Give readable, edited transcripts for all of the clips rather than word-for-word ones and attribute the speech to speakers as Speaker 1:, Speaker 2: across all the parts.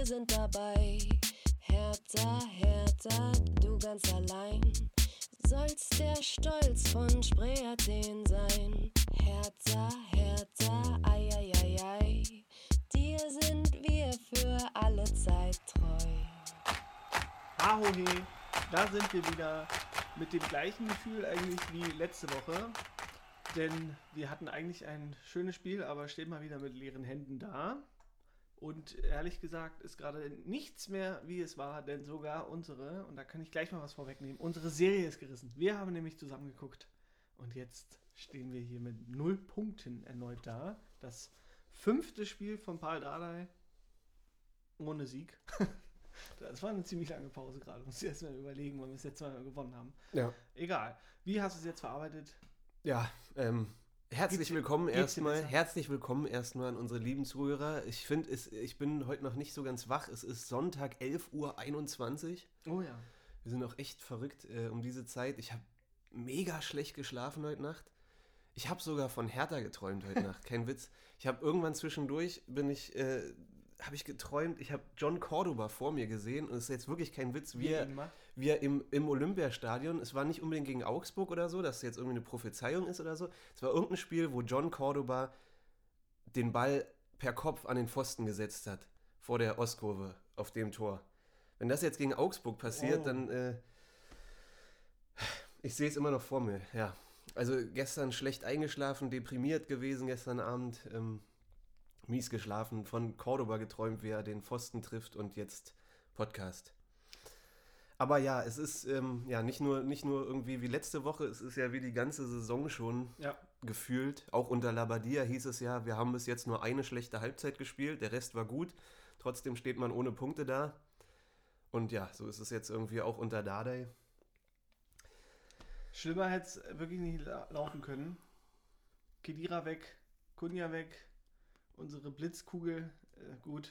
Speaker 1: wir sind dabei. Hertha, Hertha, du ganz allein. Sollst der Stolz von Spree Athen sein. Hertha, Hertha, ei, ei, ei, ei. Dir sind wir für alle Zeit treu.
Speaker 2: Ahohe, da sind wir wieder mit dem gleichen Gefühl eigentlich wie letzte Woche. Denn wir hatten eigentlich ein schönes Spiel, aber stehen mal wieder mit leeren Händen da. Und ehrlich gesagt ist gerade nichts mehr, wie es war, denn sogar unsere, und da kann ich gleich mal was vorwegnehmen, unsere Serie ist gerissen. Wir haben nämlich zusammengeguckt und jetzt stehen wir hier mit 0 Punkten erneut da. Das 5. Spiel von Pal Dardai ohne Sieg. Das war eine ziemlich lange Pause gerade. Muss ich erst mal überlegen, wann wir es jetzt mal gewonnen haben.
Speaker 3: Ja.
Speaker 2: Egal. Wie hast du es jetzt verarbeitet?
Speaker 3: Ja, herzlich willkommen
Speaker 2: geht's dir besser?
Speaker 3: Herzlich willkommen erstmal an unsere lieben Zuhörer. Ich finde, ich bin heute noch nicht so ganz wach. Es ist Sonntag, 11:21 Uhr.
Speaker 2: Oh ja.
Speaker 3: Wir sind auch echt verrückt um diese Zeit. Ich habe mega schlecht geschlafen heute Nacht. Ich habe sogar von Hertha geträumt heute Nacht, kein Witz. Ich habe irgendwann zwischendurch, habe ich geträumt, ich habe John Cordoba vor mir gesehen und es ist jetzt wirklich kein Witz, wie er im Olympiastadion, es war nicht unbedingt gegen Augsburg oder so, dass es jetzt irgendwie eine Prophezeiung ist oder so, es war irgendein Spiel, wo John Cordoba den Ball per Kopf an den Pfosten gesetzt hat, vor der Ostkurve auf dem Tor. Wenn das jetzt gegen Augsburg passiert, dann, ich sehe es immer noch vor mir, ja. Also gestern schlecht eingeschlafen, deprimiert gewesen gestern Abend, mies geschlafen, von Cordoba geträumt, wie er den Pfosten trifft und jetzt Podcast. Aber ja, es ist nicht nur irgendwie wie letzte Woche, es ist ja wie die ganze Saison schon gefühlt. Auch unter Labbadia hieß es ja, wir haben bis jetzt nur eine schlechte Halbzeit gespielt, der Rest war gut. Trotzdem steht man ohne Punkte da. Und ja, so ist es jetzt irgendwie auch unter Dardai.
Speaker 2: Schlimmer hätte es wirklich nicht laufen können. Khedira weg, Cunha weg, unsere Blitzkugel, gut.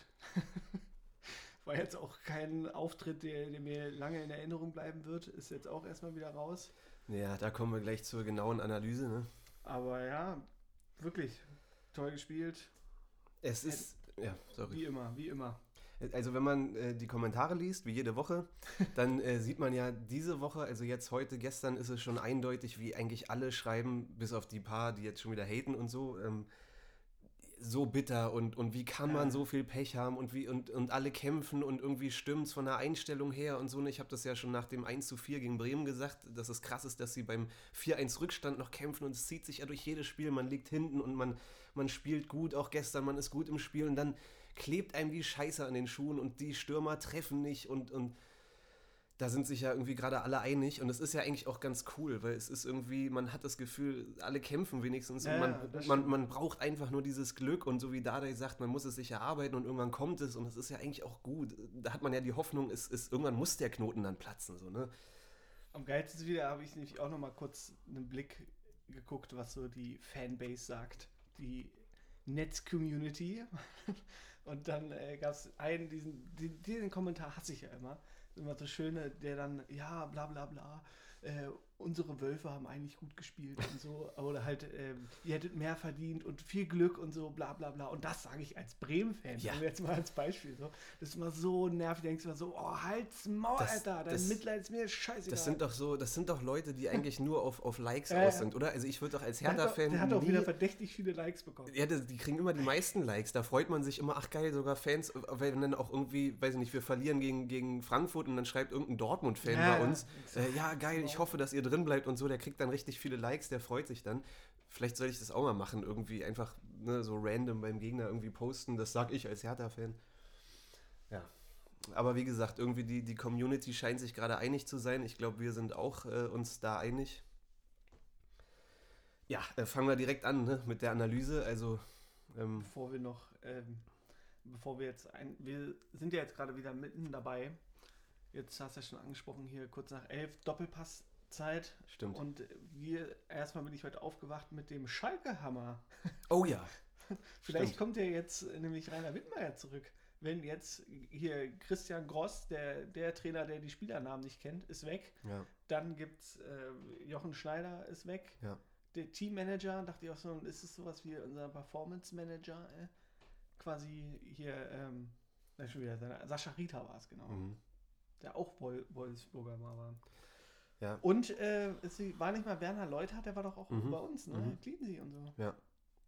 Speaker 2: War jetzt auch kein Auftritt, der mir lange in Erinnerung bleiben wird. Ist jetzt auch erstmal wieder raus.
Speaker 3: Ja, da kommen wir gleich zur genauen Analyse, ne?
Speaker 2: Aber ja, wirklich toll gespielt.
Speaker 3: Es ist, ja, sorry.
Speaker 2: Wie immer.
Speaker 3: Also wenn man die Kommentare liest, wie jede Woche, dann sieht man ja diese Woche, also jetzt heute, gestern ist es schon eindeutig, wie eigentlich alle schreiben, bis auf die paar, die jetzt schon wieder haten und so, so bitter und wie kann man so viel Pech haben und alle kämpfen und irgendwie stimmt's von der Einstellung her und so. Und ich habe das ja schon nach dem 1:4 gegen Bremen gesagt, dass es krass ist, dass sie beim 4:1 Rückstand noch kämpfen und es zieht sich ja durch jedes Spiel. Man liegt hinten und man spielt gut, auch gestern, man ist gut im Spiel und dann klebt einem die Scheiße an den Schuhen und die Stürmer treffen nicht und da sind sich ja irgendwie gerade alle einig und es ist ja eigentlich auch ganz cool, weil es ist irgendwie, man hat das Gefühl, alle kämpfen wenigstens und man braucht einfach nur dieses Glück und so wie Dardai sagt, man muss es sich erarbeiten und irgendwann kommt es und das ist ja eigentlich auch gut. Da hat man ja die Hoffnung, irgendwann muss der Knoten dann platzen, so, ne?
Speaker 2: Am geilsten wieder habe ich nämlich auch nochmal kurz einen Blick geguckt, was so die Fanbase sagt. Die Netz-Community. Und dann gab es einen, diesen Kommentar hasse ich ja immer so schöne, der dann, ja, bla bla bla, unsere Wölfe haben eigentlich gut gespielt und so, oder halt, ihr hättet mehr verdient und viel Glück und so, bla bla bla. Und das sage ich als Bremen-Fan, jetzt mal als Beispiel. So. Das ist immer so nervig, denkst du immer so, oh, halt's Maul, Alter, dein Mitleid ist mir scheißegal.
Speaker 3: Das sind doch Leute, die eigentlich nur auf Likes aus sind, oder? Also ich würde doch als Hertha-Fan...
Speaker 2: Der hat auch wieder verdächtig viele Likes bekommen.
Speaker 3: Ja, die kriegen immer die meisten Likes, da freut man sich immer, ach geil, sogar Fans, wenn dann auch irgendwie, weiß ich nicht, wir verlieren gegen Frankfurt und dann schreibt irgendein Dortmund-Fan bei uns, ja geil, ich hoffe, dass ihr drin bleibt und so, der kriegt dann richtig viele Likes, der freut sich dann. Vielleicht soll ich das auch mal machen, irgendwie einfach so random beim Gegner irgendwie posten, das sag ich als Hertha-Fan. Ja, aber wie gesagt, irgendwie die Community scheint sich gerade einig zu sein, ich glaube, wir sind auch uns da einig. Ja, fangen wir direkt an, ne, mit der Analyse, also...
Speaker 2: wir sind ja jetzt gerade wieder mitten dabei. Jetzt hast du ja schon angesprochen, hier kurz nach 11 Doppelpasszeit.
Speaker 3: Stimmt.
Speaker 2: Und erstmal bin ich heute aufgewacht mit dem Schalke-Hammer.
Speaker 3: Oh ja.
Speaker 2: Vielleicht kommt ja jetzt nämlich Rainer Wittmeier zurück. Wenn jetzt hier Christian Gross, der Trainer, der die Spielernamen nicht kennt, ist weg.
Speaker 3: Ja.
Speaker 2: Dann gibt's Jochen Schneider ist weg.
Speaker 3: Ja.
Speaker 2: Der Teammanager, dachte ich auch so, ist es sowas wie unser Performance Manager, quasi hier Schon wieder Sascha Rita war es, genau. Der auch Wolfsburger mal war.
Speaker 3: Ja.
Speaker 2: Und war nicht mal Werner Leuthardt, der war doch auch bei uns, ne? Cleansea und so.
Speaker 3: Ja.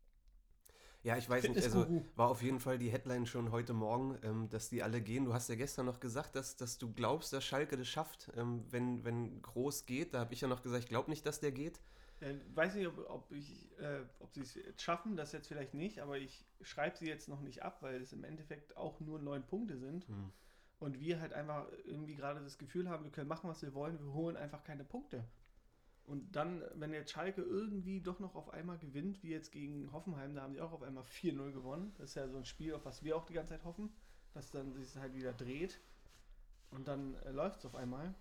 Speaker 3: Ja, ich weiß nicht, also war auf jeden Fall die Headline schon heute Morgen, dass die alle gehen. Du hast ja gestern noch gesagt, dass du glaubst, dass Schalke das schafft, wenn Groß geht. Da habe ich ja noch gesagt, ich glaube nicht, dass der geht.
Speaker 2: Weiß nicht, ob sie es jetzt schaffen, das jetzt vielleicht nicht, aber ich schreibe sie jetzt noch nicht ab, weil es im Endeffekt auch nur 9 Punkte sind. Und wir halt einfach irgendwie gerade das Gefühl haben, wir können machen, was wir wollen, wir holen einfach keine Punkte. Und dann, wenn jetzt Schalke irgendwie doch noch auf einmal gewinnt, wie jetzt gegen Hoffenheim, da haben sie auch auf einmal 4-0 gewonnen. Das ist ja so ein Spiel, auf was wir auch die ganze Zeit hoffen, dass dann sich halt wieder dreht. Und dann läuft es auf einmal.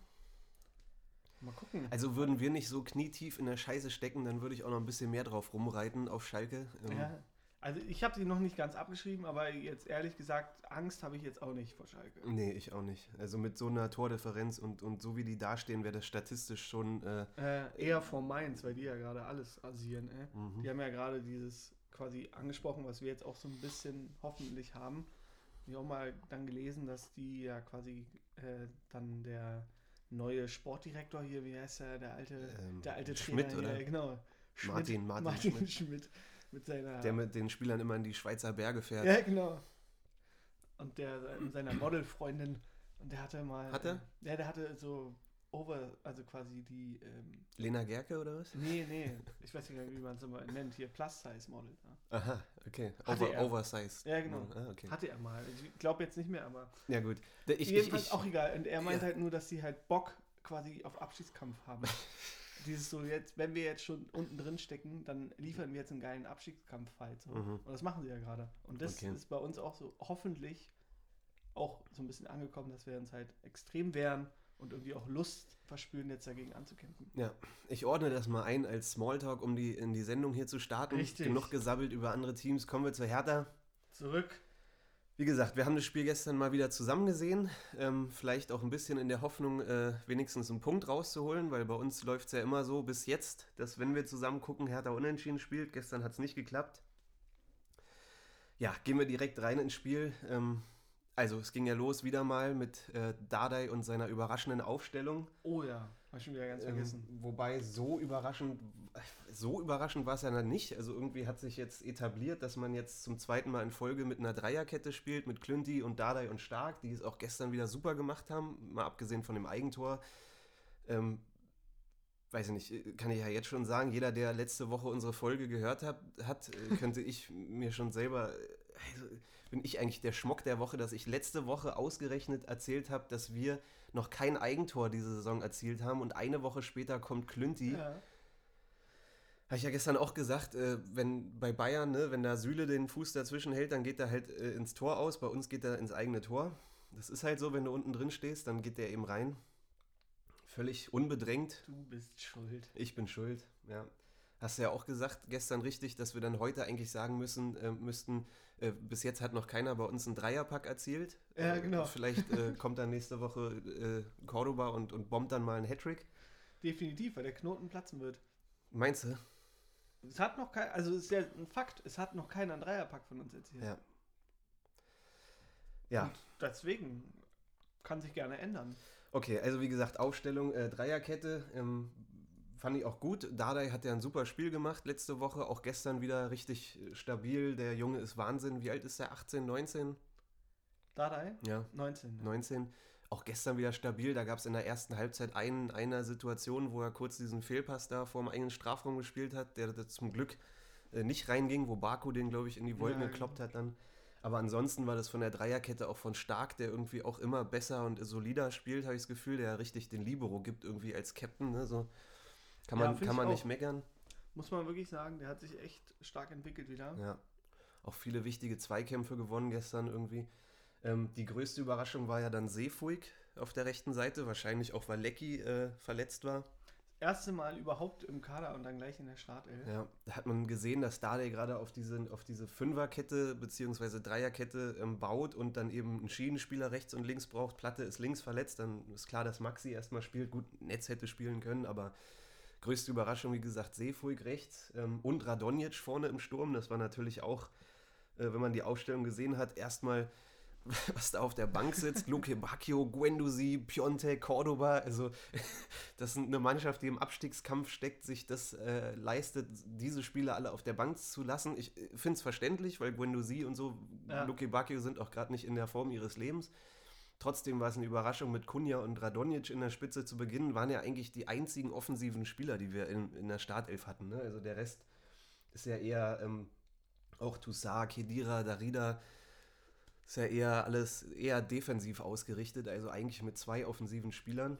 Speaker 2: Mal gucken.
Speaker 3: Also würden wir nicht so knietief in der Scheiße stecken, dann würde ich auch noch ein bisschen mehr drauf rumreiten auf Schalke.
Speaker 2: Ja, also ich habe sie noch nicht ganz abgeschrieben, aber jetzt ehrlich gesagt, Angst habe ich jetzt auch nicht vor Schalke.
Speaker 3: Nee, ich auch nicht. Also mit so einer Tordifferenz und so wie die dastehen, wäre das statistisch schon...
Speaker 2: eher vor Mainz, weil die ja gerade alles rasieren. Die haben ja gerade dieses quasi angesprochen, was wir jetzt auch so ein bisschen hoffentlich haben. Ich habe auch mal dann gelesen, dass die ja quasi dann der neue Sportdirektor hier, wie heißt der alte
Speaker 3: Schmidt,
Speaker 2: Trainer
Speaker 3: oder?
Speaker 2: Hier, genau.
Speaker 3: Martin
Speaker 2: Schmidt. Mit seiner,
Speaker 3: der mit den Spielern immer in die Schweizer Berge fährt.
Speaker 2: Ja, genau. Und der mit seiner Modelfreundin, und der hatte mal...
Speaker 3: Hat er?
Speaker 2: Ja, der hatte so also quasi die...
Speaker 3: Lena Gerke oder was?
Speaker 2: Nee, ich weiß nicht, wie man es immer nennt, hier Plus-Size-Model. Ja.
Speaker 3: Aha, okay.
Speaker 2: Oversized. Ja, genau.
Speaker 3: Okay.
Speaker 2: Hatte er mal. Ich glaube jetzt nicht mehr, aber...
Speaker 3: Ja, gut.
Speaker 2: Jedenfalls auch egal. Und er meint halt nur, dass sie halt Bock quasi auf Abschiedskampf haben. Dieses so, jetzt, wenn wir jetzt schon unten drin stecken, dann liefern wir jetzt einen geilen Abstiegskampf-Fight. So. Und das machen sie ja gerade. Und das ist bei uns auch so hoffentlich auch so ein bisschen angekommen, dass wir uns halt extrem wehren und irgendwie auch Lust verspüren, jetzt dagegen anzukämpfen.
Speaker 3: Ja, ich ordne das mal ein als Smalltalk, um in die Sendung hier zu starten.
Speaker 2: Richtig.
Speaker 3: Genug gesabbelt über andere Teams. Kommen wir zur Hertha.
Speaker 2: Zurück.
Speaker 3: Wie gesagt, wir haben das Spiel gestern mal wieder zusammen gesehen. Vielleicht auch ein bisschen in der Hoffnung, wenigstens einen Punkt rauszuholen, weil bei uns läuft es ja immer so bis jetzt, dass wenn wir zusammen gucken, Hertha unentschieden spielt. Gestern hat es nicht geklappt. Ja, gehen wir direkt rein ins Spiel. Also es ging ja los wieder mal mit Dardai und seiner überraschenden Aufstellung.
Speaker 2: Oh ja, habe ich schon wieder ganz vergessen.
Speaker 3: Wobei so überraschend war es ja dann nicht. Also irgendwie hat sich jetzt etabliert, dass man jetzt zum zweiten Mal in Folge mit einer Dreierkette spielt, mit Klünti und Dardai und Stark, die es auch gestern wieder super gemacht haben, mal abgesehen von dem Eigentor. Weiß ich nicht, kann ich ja jetzt schon sagen, jeder, der letzte Woche unsere Folge gehört hat, könnte ich mir schon selber... Also, bin ich eigentlich der Schmock der Woche, dass ich letzte Woche ausgerechnet erzählt habe, dass wir noch kein Eigentor diese Saison erzielt haben und eine Woche später kommt Klünti. Ja. Habe ich ja gestern auch gesagt, wenn bei Bayern, ne, wenn da Süle den Fuß dazwischen hält, dann geht er halt ins Tor aus, bei uns geht er ins eigene Tor. Das ist halt so, wenn du unten drin stehst, dann geht der eben rein. Völlig unbedrängt.
Speaker 2: Du bist schuld.
Speaker 3: Ich bin schuld, ja. Hast du ja auch gesagt gestern richtig, dass wir dann heute eigentlich sagen müssten, bis jetzt hat noch keiner bei uns einen Dreierpack erzielt.
Speaker 2: Ja, genau.
Speaker 3: Vielleicht kommt dann nächste Woche Cordoba und bombt dann mal einen Hattrick.
Speaker 2: Definitiv, weil der Knoten platzen wird.
Speaker 3: Meinst du?
Speaker 2: Es hat noch kein, also es ist ja ein Fakt, es hat noch keiner einen Dreierpack von uns erzielt.
Speaker 3: Ja. Ja.
Speaker 2: Und deswegen kann sich gerne ändern.
Speaker 3: Okay, also wie gesagt, Aufstellung, Dreierkette, fand ich auch gut. Dardai hat ja ein super Spiel gemacht letzte Woche, auch gestern wieder richtig stabil. Der Junge ist Wahnsinn. Wie alt ist der? 18, 19?
Speaker 2: Dardai?
Speaker 3: Ja.
Speaker 2: 19. Ja.
Speaker 3: 19. Auch gestern wieder stabil. Da gab es in der ersten Halbzeit eine Situation, wo er kurz diesen Fehlpass da vor dem eigenen Strafraum gespielt hat, der zum Glück nicht reinging, wo Baku den, glaube ich, in die Wolken gekloppt hat dann. Aber ansonsten war das von der Dreierkette auch von Stark, der irgendwie auch immer besser und solider spielt, habe ich das Gefühl, der richtig den Libero gibt irgendwie als Captain, ne? So. Kann man nicht meckern.
Speaker 2: Muss man wirklich sagen, der hat sich echt stark entwickelt wieder.
Speaker 3: Ja, auch viele wichtige Zweikämpfe gewonnen gestern irgendwie. Die größte Überraschung war ja dann Seefuig auf der rechten Seite, wahrscheinlich auch, weil Lecky verletzt war.
Speaker 2: Erste Mal überhaupt im Kader und dann gleich in der Startelf.
Speaker 3: Ja, da hat man gesehen, dass Dardai gerade auf diese Fünferkette bzw. Dreierkette baut und dann eben einen Schienenspieler rechts und links braucht. Platte ist links verletzt, dann ist klar, dass Maxi erstmal spielt. Gut, Netz hätte spielen können, aber größte Überraschung, wie gesagt, Seefuig rechts und Radonjic vorne im Sturm. Das war natürlich auch, wenn man die Aufstellung gesehen hat, erstmal was da auf der Bank sitzt, Luke Bacchio, Guendouzi, Piontek, Cordoba, also das ist eine Mannschaft, die im Abstiegskampf steckt, sich das leistet, diese Spieler alle auf der Bank zu lassen. Ich finde es verständlich, weil Guendouzi und so, Luke Bacchio sind auch gerade nicht in der Form ihres Lebens. Trotzdem war es eine Überraschung, mit Cunha und Radonjic in der Spitze zu beginnen, waren ja eigentlich die einzigen offensiven Spieler, die wir in der Startelf hatten. Ne? Also der Rest ist ja eher auch Toussaint, Khedira, Darida, ist ja eher defensiv ausgerichtet, also eigentlich mit 2 offensiven Spielern.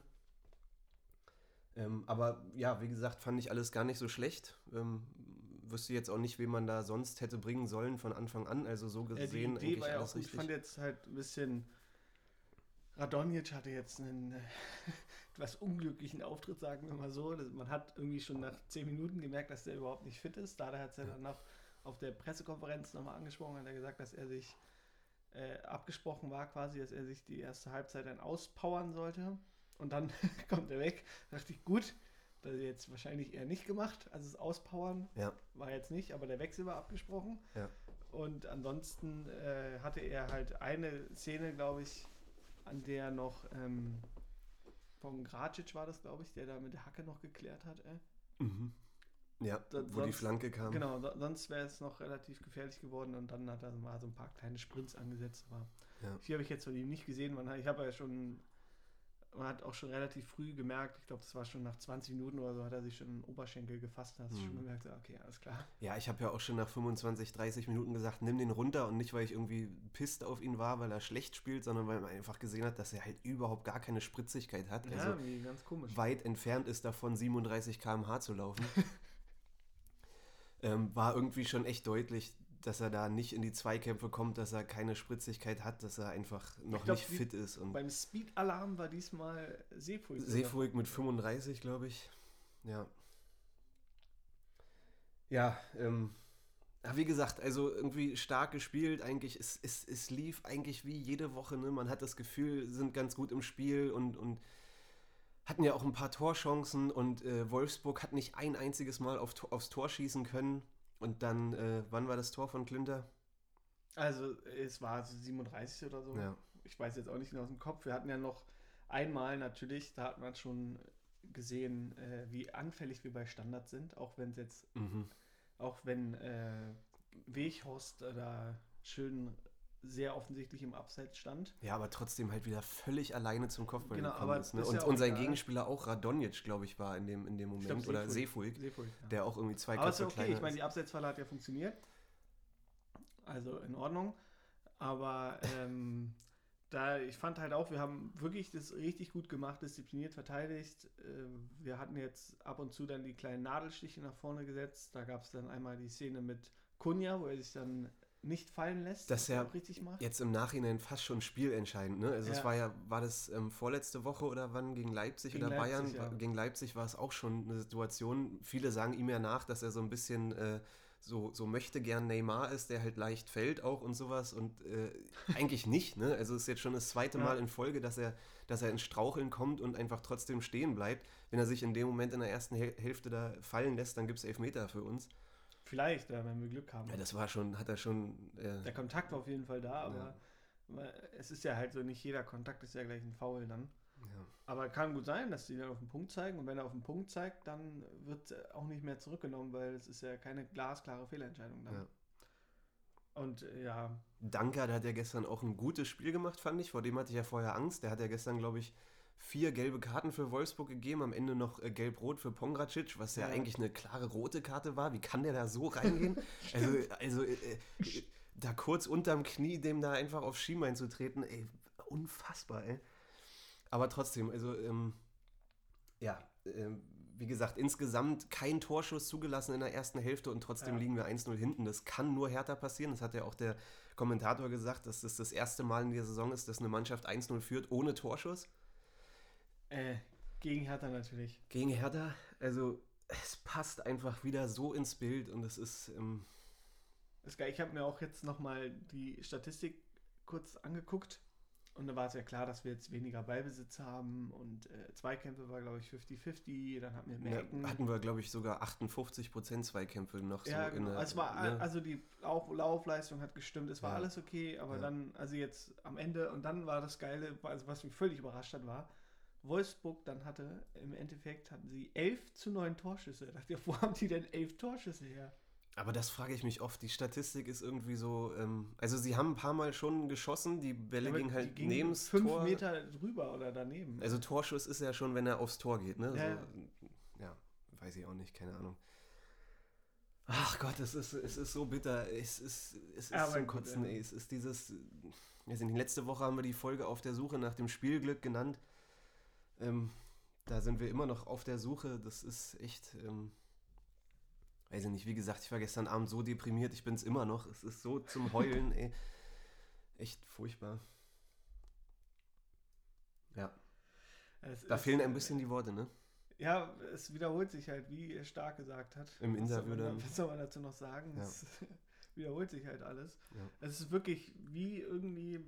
Speaker 3: Aber ja, wie gesagt, fand ich alles gar nicht so schlecht. Wüsste jetzt auch nicht, wen man da sonst hätte bringen sollen von Anfang an, also so gesehen
Speaker 2: die Idee
Speaker 3: eigentlich
Speaker 2: war ja
Speaker 3: alles
Speaker 2: auch gut.
Speaker 3: richtig.
Speaker 2: Ich fand jetzt halt ein bisschen... Radonjic hatte jetzt einen etwas unglücklichen Auftritt, sagen wir mal so. Man hat irgendwie schon nach 10 Minuten gemerkt, dass der überhaupt nicht fit ist. Da hat es ja dann noch auf der Pressekonferenz nochmal angesprochen, hat er gesagt, dass er sich abgesprochen war quasi, dass er sich die erste Halbzeit dann auspowern sollte. Und dann kommt er weg. Da dachte ich, gut, das hat er jetzt wahrscheinlich eher nicht gemacht. Also das Auspowern war jetzt nicht, aber der Wechsel war abgesprochen.
Speaker 3: Ja.
Speaker 2: Und ansonsten hatte er halt eine Szene, glaube ich, an der noch von Gracic war das, glaube ich, der da mit der Hacke noch geklärt hat.
Speaker 3: Mhm. Ja, wo die Flanke kam.
Speaker 2: Genau, sonst wäre es noch relativ gefährlich geworden und dann hat er mal so ein paar kleine Sprints angesetzt. Aber hier habe ich jetzt von ihm nicht gesehen. Man hat auch schon relativ früh gemerkt, ich glaube, das war schon nach 20 Minuten oder so, hat er sich schon in den Oberschenkel gefasst. Da hast du schon gemerkt, okay, alles klar.
Speaker 3: Ja, ich habe ja auch schon nach 25, 30 Minuten gesagt, nimm den runter, und nicht, weil ich irgendwie pisst auf ihn war, weil er schlecht spielt, sondern weil man einfach gesehen hat, dass er halt überhaupt gar keine Spritzigkeit hat.
Speaker 2: Ja,
Speaker 3: also
Speaker 2: ganz komisch.
Speaker 3: Weit entfernt ist davon, 37 km/h zu laufen. War irgendwie schon echt deutlich, dass er da nicht in die Zweikämpfe kommt, dass er keine Spritzigkeit hat, dass er einfach noch nicht fit ist. Und
Speaker 2: beim Speed-Alarm war diesmal Seefuig.
Speaker 3: Seefuig mit 35, glaube ich. Ja. Ja, wie gesagt, also irgendwie stark gespielt eigentlich. Es lief eigentlich wie jede Woche. Ne? Man hat das Gefühl, sind ganz gut im Spiel und hatten ja auch ein paar Torchancen, und Wolfsburg hat nicht ein einziges Mal aufs Tor schießen können. Und dann, wann war das Tor von Klinter?
Speaker 2: Also es war 37 oder so.
Speaker 3: Ja.
Speaker 2: Ich weiß jetzt auch nicht genau aus dem Kopf. Wir hatten ja noch einmal natürlich, da hat man schon gesehen, wie anfällig wir bei Standards sind, auch wenn es jetzt, auch wenn Weghorst da schön sehr offensichtlich im Abseits stand.
Speaker 3: Ja, aber trotzdem halt wieder völlig alleine zum Kopfball gekommen ist. Ne?
Speaker 2: Ist
Speaker 3: und sein Gegenspieler auch Radonjic, glaube ich, war in dem Moment.
Speaker 2: Glaub,
Speaker 3: oder Seefuig,
Speaker 2: ja.
Speaker 3: Der auch irgendwie 2
Speaker 2: Köpfe
Speaker 3: Köpfe
Speaker 2: okay.
Speaker 3: kleiner
Speaker 2: Ich meine, die Abseitsfalle hat ja funktioniert. Also in Ordnung. Aber ich fand halt auch, wir haben wirklich das richtig gut gemacht, diszipliniert verteidigt. Wir hatten jetzt ab und zu dann die kleinen Nadelstiche nach vorne gesetzt. Da gab es dann einmal die Szene mit Cunha, wo er sich dann nicht fallen lässt,
Speaker 3: das ja
Speaker 2: auch richtig macht.
Speaker 3: Jetzt im Nachhinein fast schon spielentscheidend. Ne? Also es war das vorletzte Woche oder wann, gegen Leipzig oder Bayern? Ja. Gegen Leipzig war es auch schon eine Situation. Viele sagen ihm ja nach, dass er so ein bisschen so möchte gern Neymar ist, der halt leicht fällt auch und sowas, und eigentlich nicht. Ne? Also es ist jetzt schon das zweite Mal in Folge, dass er ins Straucheln kommt und einfach trotzdem stehen bleibt. Wenn er sich in dem Moment in der ersten Hälfte da fallen lässt, dann gibt es Elfmeter für uns.
Speaker 2: Vielleicht, wenn wir Glück haben.
Speaker 3: Ja, das war schon, hat er schon...
Speaker 2: Der Kontakt war auf jeden Fall da, aber es ist ja halt so, nicht jeder Kontakt ist ja gleich ein Foul dann.
Speaker 3: Ja.
Speaker 2: Aber kann gut sein, dass die dann auf den Punkt zeigen, und wenn er auf den Punkt zeigt, dann wird auch nicht mehr zurückgenommen, weil es ist ja keine glasklare Fehlentscheidung dann. Ja. Und
Speaker 3: Danker, der hat ja gestern auch ein gutes Spiel gemacht, fand ich. Vor dem hatte ich ja vorher Angst. Der hat ja gestern, glaube ich, 4 gelbe Karten für Wolfsburg gegeben, am Ende noch gelb-rot für Pongracic, was ja eigentlich eine klare rote Karte war. Wie kann der da so reingehen? also da kurz unterm Knie, dem da einfach aufs Schienbein zu treten, ey, unfassbar, ey. Aber trotzdem, also wie gesagt, insgesamt kein Torschuss zugelassen in der ersten Hälfte, und trotzdem liegen wir 1-0 hinten. Das kann nur Hertha passieren. Das hat ja auch der Kommentator gesagt, dass das erste Mal in der Saison ist, dass eine Mannschaft 1-0 führt ohne Torschuss.
Speaker 2: Gegen Hertha natürlich.
Speaker 3: Gegen Hertha, also es passt einfach wieder so ins Bild, und es ist...
Speaker 2: Ich habe mir auch jetzt nochmal die Statistik kurz angeguckt, Und dann war es ja klar, dass wir jetzt weniger Ballbesitz haben und Zweikämpfe war, glaube ich, 50-50, dann hatten wir mehr Ecken.
Speaker 3: Hatten wir, glaube ich, sogar 58% Zweikämpfe noch
Speaker 2: Ja,
Speaker 3: so
Speaker 2: genau. Es war, also die Laufleistung hat gestimmt, es war alles okay, aber dann, also jetzt am Ende, und dann war das Geile, also was mich völlig überrascht hat, war, Wolfsburg dann hatte, im Endeffekt hatten sie 11-9 Torschüsse. Da dachte ich, wo haben die denn 11 Torschüsse her?
Speaker 3: Aber das frage ich mich oft. Die Statistik ist irgendwie so, also sie haben ein paar Mal schon geschossen, die Bälle gingen halt neben das
Speaker 2: 5
Speaker 3: Tor.
Speaker 2: Meter drüber oder daneben.
Speaker 3: Also Torschuss ist ja schon, wenn er aufs Tor geht, ne?
Speaker 2: Ja,
Speaker 3: so, ja, weiß ich auch nicht, keine Ahnung. Ach Gott, es ist so bitter. Es ist zum Kotzen, ey. Es ist dieses, weiß nicht, letzte Woche haben wir die Folge auf der Suche nach dem Spielglück genannt. Da sind wir immer noch auf der Suche. Das ist echt, weiß ich nicht, wie gesagt, ich war gestern Abend so deprimiert, ich bin es immer noch. Es ist so zum Heulen, ey. Echt furchtbar. Ja. Da fehlen ein bisschen die Worte, ne?
Speaker 2: Ja, es wiederholt sich halt, wie Stark gesagt hat.
Speaker 3: Im Interview dann.
Speaker 2: Was soll man dazu noch sagen?
Speaker 3: Ja.
Speaker 2: Es wiederholt sich halt alles.
Speaker 3: Ja.
Speaker 2: Es ist wirklich wie irgendwie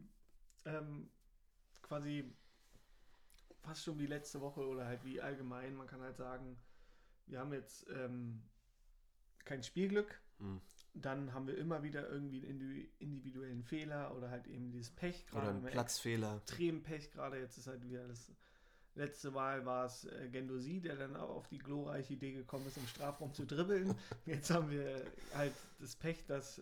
Speaker 2: quasi fast schon wie letzte Woche oder halt wie allgemein. Man kann halt sagen, wir haben jetzt kein Spielglück. Dann haben wir immer wieder irgendwie einen individuellen Fehler oder halt eben dieses Pech.
Speaker 3: Oder einen Platzfehler.
Speaker 2: Extrem Pech gerade. Jetzt ist halt wieder das letzte Mal war es Guendouzi, der dann auch auf die glorreiche Idee gekommen ist, im Strafraum zu dribbeln. Jetzt haben wir halt das Pech, dass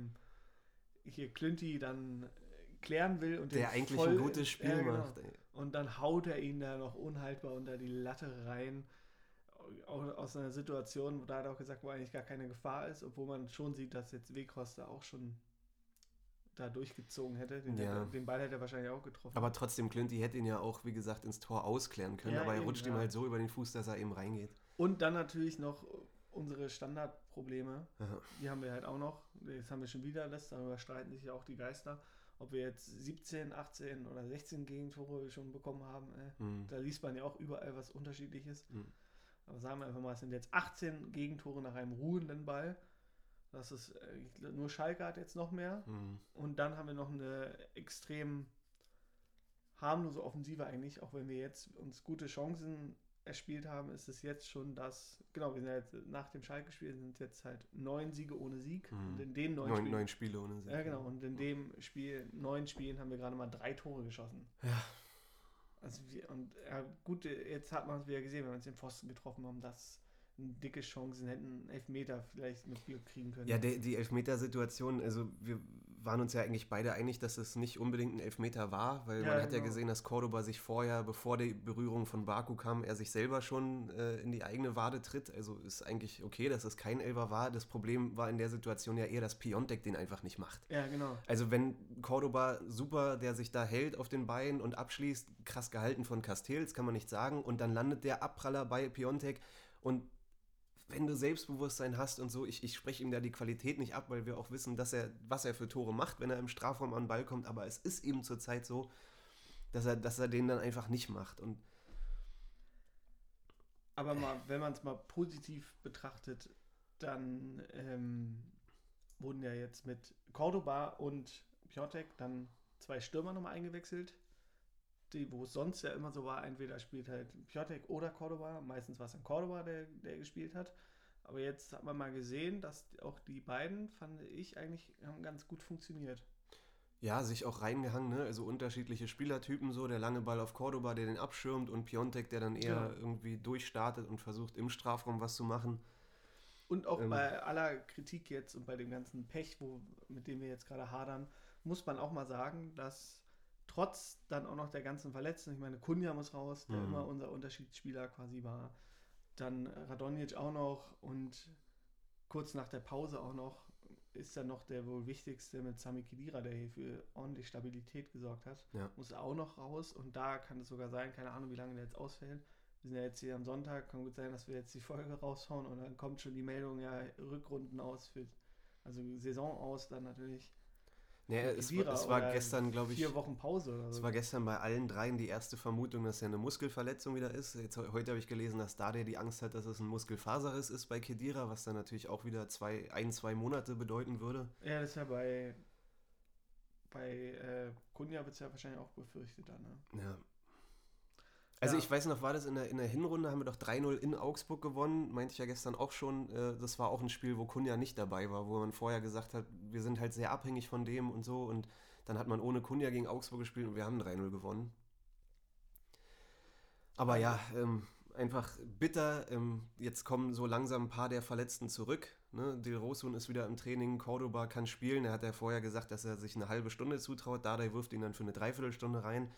Speaker 2: hier Klünti dann klären will. Und
Speaker 3: der eigentlich ein gutes Spiel macht.
Speaker 2: Ey. Und dann haut er ihn da noch unhaltbar unter die Latte rein. Aus einer Situation, wo da hat er auch gesagt, wo eigentlich gar keine Gefahr ist, obwohl man schon sieht, dass jetzt Weghorst da auch schon da durchgezogen hätte. Den Ball hätte er wahrscheinlich auch getroffen.
Speaker 3: Aber trotzdem, Klünti hätte ihn ja auch, wie gesagt, ins Tor ausklären können, aber er rutscht ihm halt so über den Fuß, dass er eben reingeht.
Speaker 2: Und dann natürlich noch unsere Standardprobleme, die haben wir halt auch noch. Jetzt haben wir schon wieder darüber streiten sich ja auch die Geister, ob wir jetzt 17, 18 oder 16 Gegentore schon bekommen haben. Da liest man ja auch überall was Unterschiedliches. Aber sagen wir einfach mal, es sind jetzt 18 Gegentore nach einem ruhenden Ball. Das ist nur Schalke hat jetzt noch mehr. Und dann haben wir noch eine extrem harmlose Offensive eigentlich. Auch wenn wir jetzt uns gute Chancen erspielt haben, ist es jetzt schon das, genau, wir sind jetzt nach dem Schalke-Spiel sind jetzt halt 9 Siege ohne Sieg. Und in den 9
Speaker 3: Spiele ohne Sieg.
Speaker 2: Ja, genau. Und in dem Spiel, 9 Spielen, haben wir gerade mal 3 Tore geschossen.
Speaker 3: Ja.
Speaker 2: Also gut, jetzt hat man es wieder gesehen, wenn wir uns den Pfosten getroffen haben, dass dicke Chancen hätten, Elfmeter vielleicht mit Glück kriegen können.
Speaker 3: Ja, die Elfmeter-Situation, also wir waren uns ja eigentlich beide einig, dass es nicht unbedingt ein Elfmeter war, weil man hat ja gesehen, dass Cordoba sich vorher, bevor die Berührung von Baku kam, er sich selber schon in die eigene Wade tritt. Also ist eigentlich okay, dass es kein Elfer war. Das Problem war in der Situation ja eher, dass Piontek den einfach nicht macht.
Speaker 2: Ja, genau.
Speaker 3: Also wenn Cordoba super, der sich da hält auf den Beinen und abschließt, krass gehalten von Castells, kann man nicht sagen, und dann landet der Abpraller bei Piontek und wenn du Selbstbewusstsein hast und so, ich spreche ihm da die Qualität nicht ab, weil wir auch wissen, was er für Tore macht, wenn er im Strafraum an den Ball kommt, aber es ist eben zurzeit so, dass er den dann einfach nicht macht.
Speaker 2: Aber wenn man es mal positiv betrachtet, dann wurden ja jetzt mit Cordoba und Piontek dann 2 Stürmer nochmal eingewechselt, wo es sonst ja immer so war, entweder spielt halt Piontek oder Cordoba, meistens war es dann Cordoba, der gespielt hat, aber jetzt hat man mal gesehen, dass auch die beiden, fand ich, eigentlich haben ganz gut funktioniert.
Speaker 3: Ja, sich auch reingehangen, ne? Also unterschiedliche Spielertypen so, der lange Ball auf Cordoba, der den abschirmt und Piontek, der dann eher irgendwie durchstartet und versucht im Strafraum was zu machen.
Speaker 2: Und auch bei aller Kritik jetzt und bei dem ganzen Pech, mit dem wir jetzt gerade hadern, muss man auch mal sagen, dass trotz dann auch noch der ganzen Verletzten, ich meine, Kunja muss raus, der immer unser Unterschiedsspieler quasi war, dann Radonjic auch noch und kurz nach der Pause auch noch ist dann noch der wohl wichtigste mit Sami Khedira, der hier für ordentlich Stabilität gesorgt hat, muss auch noch raus und da kann es sogar sein, keine Ahnung, wie lange der jetzt ausfällt. Wir sind ja jetzt hier am Sonntag, kann gut sein, dass wir jetzt die Folge raushauen und dann kommt schon die Meldung, ja, Rückrunden aus, also Saison aus, dann natürlich.
Speaker 3: Ja, es war gestern, glaube ich,
Speaker 2: 4 Wochen Pause oder so.
Speaker 3: Es war gestern bei allen dreien die erste Vermutung, dass er eine Muskelverletzung wieder ist. Heute habe ich gelesen, dass Dade die Angst hat, dass es ein Muskelfaserriss ist bei Khedira, was dann natürlich auch wieder 2 Monate bedeuten würde.
Speaker 2: Ja, das ist ja bei Bei Kunja wird es ja wahrscheinlich auch befürchtet dann, ne?
Speaker 3: Ja. Also
Speaker 2: Ja.
Speaker 3: ich weiß noch, war das in der Hinrunde, haben wir doch 3-0 in Augsburg gewonnen, meinte ich ja gestern auch schon. Das war auch ein Spiel, wo Kunja nicht dabei war, wo man vorher gesagt hat, wir sind halt sehr abhängig von dem und so. Und dann hat man ohne Kunja gegen Augsburg gespielt und wir haben 3-0 gewonnen. Aber ja, einfach bitter. Jetzt kommen so langsam ein paar der Verletzten zurück. Ne? Del Rosun ist wieder im Training, Cordoba kann spielen. Er hat ja vorher gesagt, dass er sich eine halbe Stunde zutraut. Dardai wirft ihn dann für eine Dreiviertelstunde rein.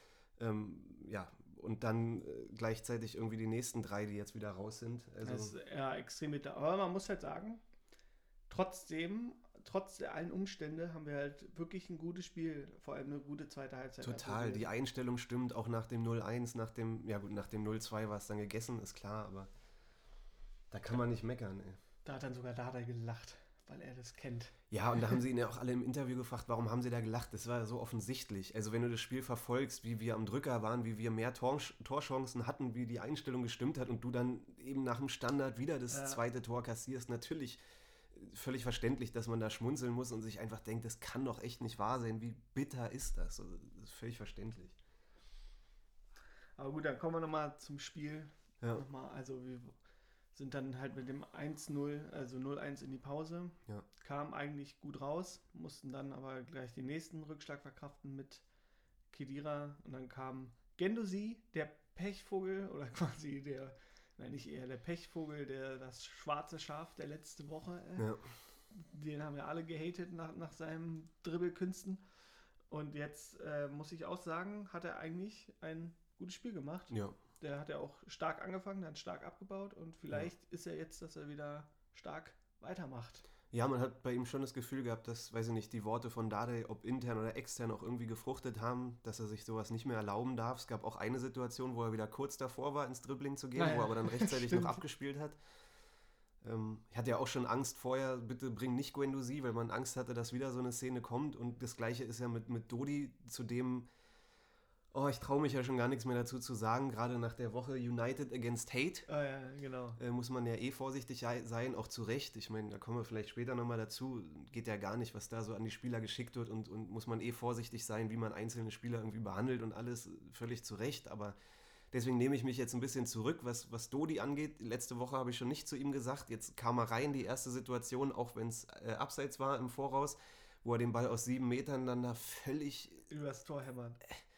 Speaker 3: Ja, und dann gleichzeitig irgendwie die nächsten 3, die jetzt wieder raus sind. Also,
Speaker 2: Das ist ja extrem bitter. Aber man muss halt sagen, trotzdem, trotz der allen Umstände, haben wir halt wirklich ein gutes Spiel, vor allem eine gute zweite Halbzeit.
Speaker 3: total, die Einstellung stimmt, auch nach dem 0-1, nach dem 0-2 war es dann gegessen, ist klar, aber da kann man nicht meckern. Ey.
Speaker 2: Da hat dann sogar Dardai gelacht, weil er das kennt.
Speaker 3: Ja, und da haben sie ihn ja auch alle im Interview gefragt, warum haben sie da gelacht? Das war so offensichtlich. Also wenn du das Spiel verfolgst, wie wir am Drücker waren, wie wir mehr Torchancen hatten, wie die Einstellung gestimmt hat und du dann eben nach dem Standard wieder das zweite Tor kassierst, natürlich völlig verständlich, dass man da schmunzeln muss und sich einfach denkt, das kann doch echt nicht wahr sein. Wie bitter ist das? Also, das ist völlig verständlich.
Speaker 2: Aber gut, dann kommen wir nochmal zum Spiel.
Speaker 3: Ja.
Speaker 2: Also wir sind dann halt mit dem 1-0, also 0-1 in die Pause.
Speaker 3: Ja.
Speaker 2: Kamen eigentlich gut raus, mussten dann aber gleich den nächsten Rückschlag verkraften mit Khedira. Und dann kam Guendouzi, der Pechvogel, oder quasi nicht eher der Pechvogel, das schwarze Schaf der letzte Woche.
Speaker 3: Ja.
Speaker 2: Den haben wir alle gehatet nach seinen Dribbelkünsten. Und jetzt muss ich auch sagen, hat er eigentlich ein gutes Spiel gemacht.
Speaker 3: Ja.
Speaker 2: Der hat ja auch stark angefangen, dann stark abgebaut und vielleicht ist er jetzt, dass er wieder stark weitermacht.
Speaker 3: Ja, man hat bei ihm schon das Gefühl gehabt, dass, weiß ich nicht, die Worte von Dardai, ob intern oder extern, auch irgendwie gefruchtet haben, dass er sich sowas nicht mehr erlauben darf. Es gab auch eine Situation, wo er wieder kurz davor war, ins Dribbling zu gehen, wo er aber dann rechtzeitig noch abgespielt hat. Ich hatte ja auch schon Angst vorher, bitte bring nicht Guendouzi, weil man Angst hatte, dass wieder so eine Szene kommt. Und das Gleiche ist ja mit Dodi, zu dem, ich traue mich ja schon gar nichts mehr dazu zu sagen, gerade nach der Woche United against Hate.
Speaker 2: Ja, genau.
Speaker 3: Muss man ja vorsichtig sein, auch zu Recht. Ich meine, da kommen wir vielleicht später nochmal dazu. Geht ja gar nicht, was da so an die Spieler geschickt wird und muss man vorsichtig sein, wie man einzelne Spieler irgendwie behandelt und alles völlig zu Recht. Aber deswegen nehme ich mich jetzt ein bisschen zurück, was Dodi angeht. Letzte Woche habe ich schon nicht zu ihm gesagt. Jetzt kam er rein, die erste Situation, auch wenn es abseits war im Voraus, wo er den Ball aus 7 Metern dann da völlig
Speaker 2: übers Tor hämmert.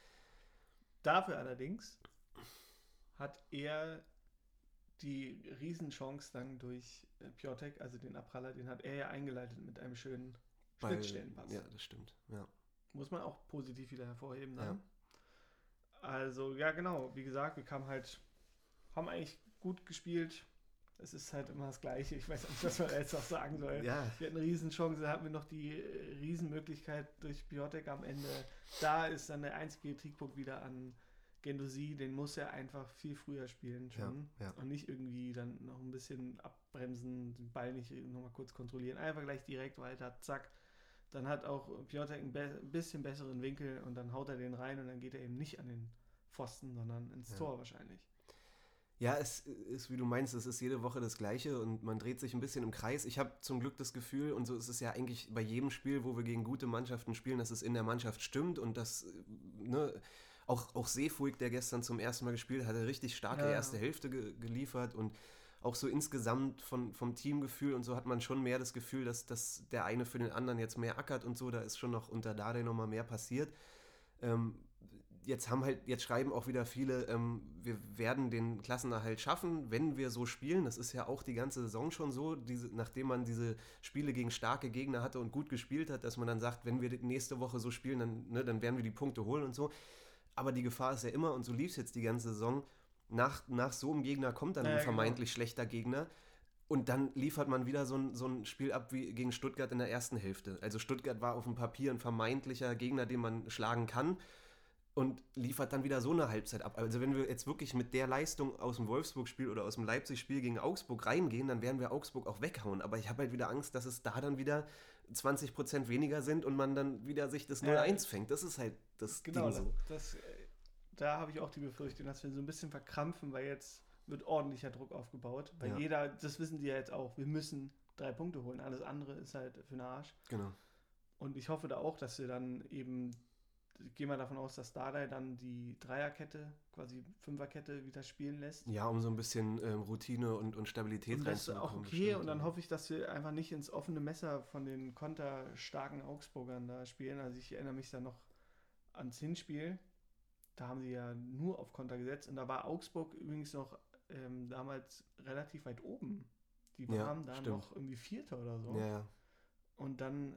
Speaker 2: Dafür allerdings hat er die Riesenchance dann durch Piątek, also den Abpraller, den hat er ja eingeleitet mit einem schönen Schnittstellenpass.
Speaker 3: Ja, das stimmt. Ja.
Speaker 2: Muss man auch positiv wieder hervorheben dann.
Speaker 3: Ja.
Speaker 2: Also, ja genau, wie gesagt, wir haben eigentlich gut gespielt. Es ist halt immer das Gleiche. Ich weiß nicht, was man jetzt noch sagen soll.
Speaker 3: Ja.
Speaker 2: Wir hatten eine Riesenchance, da hatten wir noch die Riesenmöglichkeit durch Piątek am Ende. Da ist dann der einzige Kritikpunkt wieder an Guendouzi. Den muss er einfach viel früher spielen schon.
Speaker 3: Ja.
Speaker 2: Und nicht irgendwie dann noch ein bisschen abbremsen, den Ball nicht nochmal kurz kontrollieren. Einfach gleich direkt weiter, zack. Dann hat auch Piątek ein bisschen besseren Winkel und dann haut er den rein und dann geht er eben nicht an den Pfosten, sondern ins Tor wahrscheinlich.
Speaker 3: Ja, es ist, wie du meinst, es ist jede Woche das Gleiche und man dreht sich ein bisschen im Kreis. Ich habe zum Glück das Gefühl, und so ist es ja eigentlich bei jedem Spiel, wo wir gegen gute Mannschaften spielen, dass es in der Mannschaft stimmt und dass, auch Seefuig, der gestern zum ersten Mal gespielt hat, richtig starke erste Hälfte geliefert und auch so insgesamt vom Teamgefühl und so hat man schon mehr das Gefühl, dass der eine für den anderen jetzt mehr ackert und so, da ist schon noch unter Dardai nochmal mehr passiert. Jetzt schreiben auch wieder viele, wir werden den Klassenerhalt schaffen, wenn wir so spielen. Das ist ja auch die ganze Saison schon so, nachdem man diese Spiele gegen starke Gegner hatte und gut gespielt hat, dass man dann sagt, wenn wir nächste Woche so spielen, dann werden wir die Punkte holen und so. Aber die Gefahr ist ja immer, und so lief es jetzt die ganze Saison, nach so einem Gegner kommt dann ein vermeintlich schlechter Gegner. Und dann liefert man wieder so ein Spiel ab wie gegen Stuttgart in der ersten Hälfte. Also Stuttgart war auf dem Papier ein vermeintlicher Gegner, den man schlagen kann. Und liefert dann wieder so eine Halbzeit ab. Also wenn wir jetzt wirklich mit der Leistung aus dem Wolfsburg-Spiel oder aus dem Leipzig-Spiel gegen Augsburg reingehen, dann werden wir Augsburg auch weghauen. Aber ich habe halt wieder Angst, dass es da dann wieder 20% weniger sind und man dann wieder sich das 0-1 fängt. Das ist halt das Ding so.
Speaker 2: Da habe ich auch die Befürchtung, dass wir so ein bisschen verkrampfen, weil jetzt wird ordentlicher Druck aufgebaut. Weil jeder, das wissen die ja jetzt auch, wir müssen 3 Punkte holen. Alles andere ist halt für den Arsch.
Speaker 3: Genau.
Speaker 2: Und ich hoffe da auch, dass wir dann eben, gehen wir davon aus, dass Dardai dann die Dreierkette, quasi Fünferkette wieder spielen lässt.
Speaker 3: Ja, um so ein bisschen Routine und Stabilität
Speaker 2: Und das ist auch
Speaker 3: reinzubekommen.
Speaker 2: okay.
Speaker 3: bestimmt,
Speaker 2: Und dann
Speaker 3: ja.
Speaker 2: hoffe ich, dass wir einfach nicht ins offene Messer von den konterstarken Augsburgern da spielen. Also ich erinnere mich da noch ans Hinspiel. Da haben sie ja nur auf Konter gesetzt. Und da war Augsburg übrigens noch damals relativ weit oben. Die
Speaker 3: Ja,
Speaker 2: waren da
Speaker 3: stimmt.
Speaker 2: noch irgendwie Vierter oder so.
Speaker 3: Ja, ja.
Speaker 2: Und dann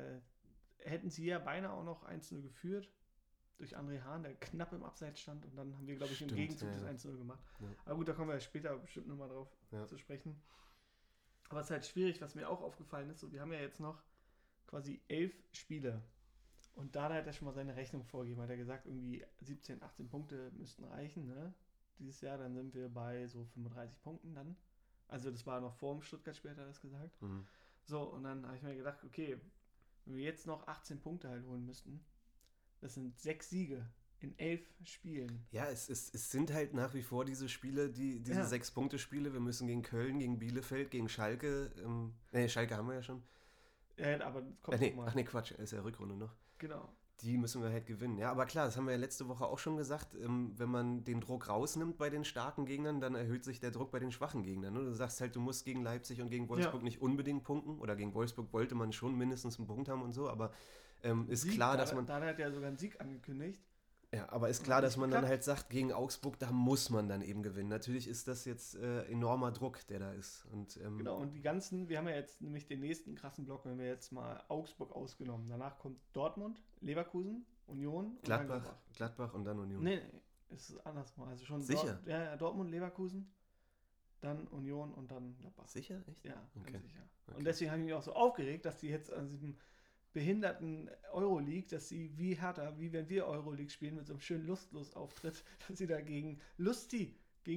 Speaker 2: hätten sie ja beinahe auch noch 1-0 geführt durch André Hahn, der knapp im Abseits stand. Und dann haben wir, glaube ich, im
Speaker 3: Stimmt,
Speaker 2: Gegenzug
Speaker 3: ja,
Speaker 2: das
Speaker 3: ja.
Speaker 2: 1-0 gemacht.
Speaker 3: Ja.
Speaker 2: Aber gut, da kommen wir ja später bestimmt nochmal drauf
Speaker 3: Ja.
Speaker 2: zu sprechen. Aber es ist halt schwierig, was mir auch aufgefallen ist. So, wir haben ja jetzt noch quasi 11 Spiele. Und da hat er schon mal seine Rechnung vorgegeben. Hat er gesagt, irgendwie 17, 18 Punkte müssten reichen, ne? Dieses Jahr, dann sind wir bei so 35 Punkten dann. Also das war noch vor dem Stuttgart-Spiel, hat er das gesagt.
Speaker 3: Mhm.
Speaker 2: So, und dann habe ich mir gedacht, okay, wenn wir jetzt noch 18 Punkte halt holen müssten, das sind 6 Siege in 11 Spielen.
Speaker 3: Ja, es sind halt nach wie vor diese Spiele, diese
Speaker 2: Ja.
Speaker 3: 6-Punkte-Spiele. Wir müssen gegen Köln, gegen Bielefeld, gegen Schalke. Schalke haben wir ja schon.
Speaker 2: Aber kommt noch mal.
Speaker 3: Ach nee, Quatsch, ist ja Rückrunde noch.
Speaker 2: Genau.
Speaker 3: Die müssen wir halt gewinnen. Ja, aber klar, das haben wir ja letzte Woche auch schon gesagt. Wenn man den Druck rausnimmt bei den starken Gegnern, dann erhöht sich der Druck bei den schwachen Gegnern. Ne? Du sagst halt, du musst gegen Leipzig und gegen Wolfsburg nicht unbedingt punkten. Oder gegen Wolfsburg wollte man schon mindestens einen Punkt haben und so. Aber ist
Speaker 2: Sieg,
Speaker 3: klar, dass man...
Speaker 2: Dann hat er sogar einen Sieg angekündigt.
Speaker 3: Ja, aber ist
Speaker 2: Und
Speaker 3: klar,
Speaker 2: hat
Speaker 3: dass
Speaker 2: nicht
Speaker 3: man dann
Speaker 2: geklappt.
Speaker 3: halt sagt, gegen Augsburg, da muss man dann eben gewinnen. Natürlich ist das jetzt enormer Druck, der da ist. Und,
Speaker 2: Genau, und die ganzen, wir haben ja jetzt nämlich den nächsten krassen Block, wenn wir jetzt mal Augsburg ausgenommen. Danach kommt Dortmund, Leverkusen, Union und dann
Speaker 3: Gladbach und dann Union.
Speaker 2: Nee, es ist andersrum. Also schon
Speaker 3: Sicher?
Speaker 2: Dortmund, Leverkusen, dann Union und dann Gladbach.
Speaker 3: Sicher? Echt?
Speaker 2: Ja,
Speaker 3: Okay.
Speaker 2: ganz sicher.
Speaker 3: Okay.
Speaker 2: Und deswegen habe ich mich auch so aufgeregt, dass die jetzt an diesem behinderten Euroleague, dass sie wie Hertha, wie wenn wir Euroleague spielen, mit so einem schönen Lustlos-Auftritt, dass sie da gegen Lusti,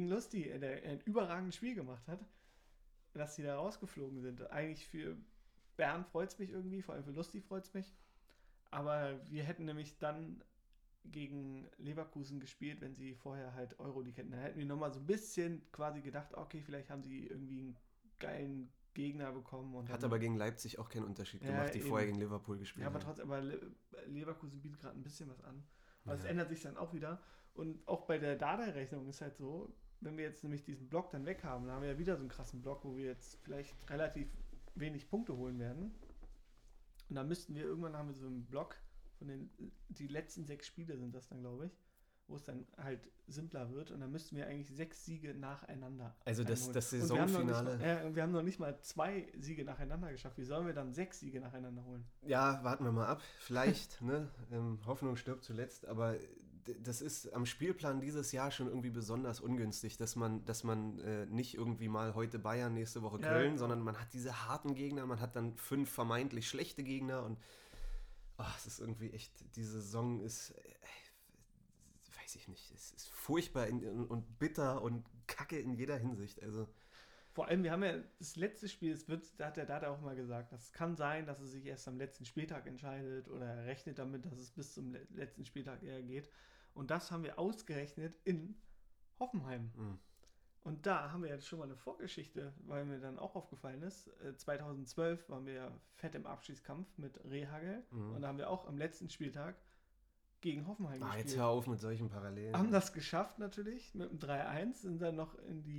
Speaker 2: der ein überragendes Spiel gemacht hat, dass sie da rausgeflogen sind. Eigentlich für Bern freut es mich irgendwie, vor allem für Lusti freut es mich. Aber wir hätten nämlich dann gegen Leverkusen gespielt, wenn sie vorher halt Euroleague hätten. Dann hätten wir nochmal so ein bisschen quasi gedacht, okay, vielleicht haben sie irgendwie einen geilen Gegner bekommen. Und
Speaker 3: Hat
Speaker 2: dann,
Speaker 3: aber gegen Leipzig auch keinen Unterschied
Speaker 2: Ja,
Speaker 3: gemacht, die
Speaker 2: eben.
Speaker 3: vorher gegen Liverpool gespielt
Speaker 2: ja, aber
Speaker 3: haben.
Speaker 2: trotzdem, Leverkusen bietet gerade ein bisschen was an. Aber es
Speaker 3: Ja.
Speaker 2: ändert sich dann auch wieder. Und auch bei der Dardai-Rechnung ist halt so, wenn wir jetzt nämlich diesen Block dann weg haben, dann haben wir ja wieder so einen krassen Block, wo wir jetzt vielleicht relativ wenig Punkte holen werden. Und dann müssten wir irgendwann, haben wir so einen Block von die letzten 6 Spiele sind das dann, glaube ich, wo es dann halt simpler wird. Und dann müssten wir eigentlich 6 Siege nacheinander
Speaker 3: Also das
Speaker 2: einholen.
Speaker 3: Saisonfinale.
Speaker 2: Und wir haben noch nicht mal 2 Siege nacheinander geschafft. Wie sollen wir dann 6 Siege nacheinander holen?
Speaker 3: Ja, warten wir mal ab. Vielleicht, ne? Hoffnung stirbt zuletzt, aber das ist am Spielplan dieses Jahr schon irgendwie besonders ungünstig, dass man nicht irgendwie mal heute Bayern, nächste Woche
Speaker 2: Ja,
Speaker 3: Köln,
Speaker 2: genau.
Speaker 3: sondern man hat diese harten Gegner, man hat dann 5 vermeintlich schlechte Gegner und es ist irgendwie echt, die Saison ist, weiß ich nicht, es ist furchtbar und bitter und kacke in jeder Hinsicht. Also
Speaker 2: Vor allem, wir haben ja das letzte Spiel, da hat der Dada auch mal gesagt, das kann sein, dass es sich erst am letzten Spieltag entscheidet oder er rechnet damit, dass es bis zum letzten Spieltag eher geht. Und das haben wir ausgerechnet in Hoffenheim. Und da haben wir jetzt schon mal eine Vorgeschichte, weil mir dann auch aufgefallen ist. 2012 waren wir ja fett im Abschießkampf mit Rehagel und da haben wir auch am letzten Spieltag gegen Hoffenheim gespielt.
Speaker 3: Jetzt hör auf mit solchen Parallelen.
Speaker 2: Haben das geschafft natürlich mit einem 3-1, sind dann noch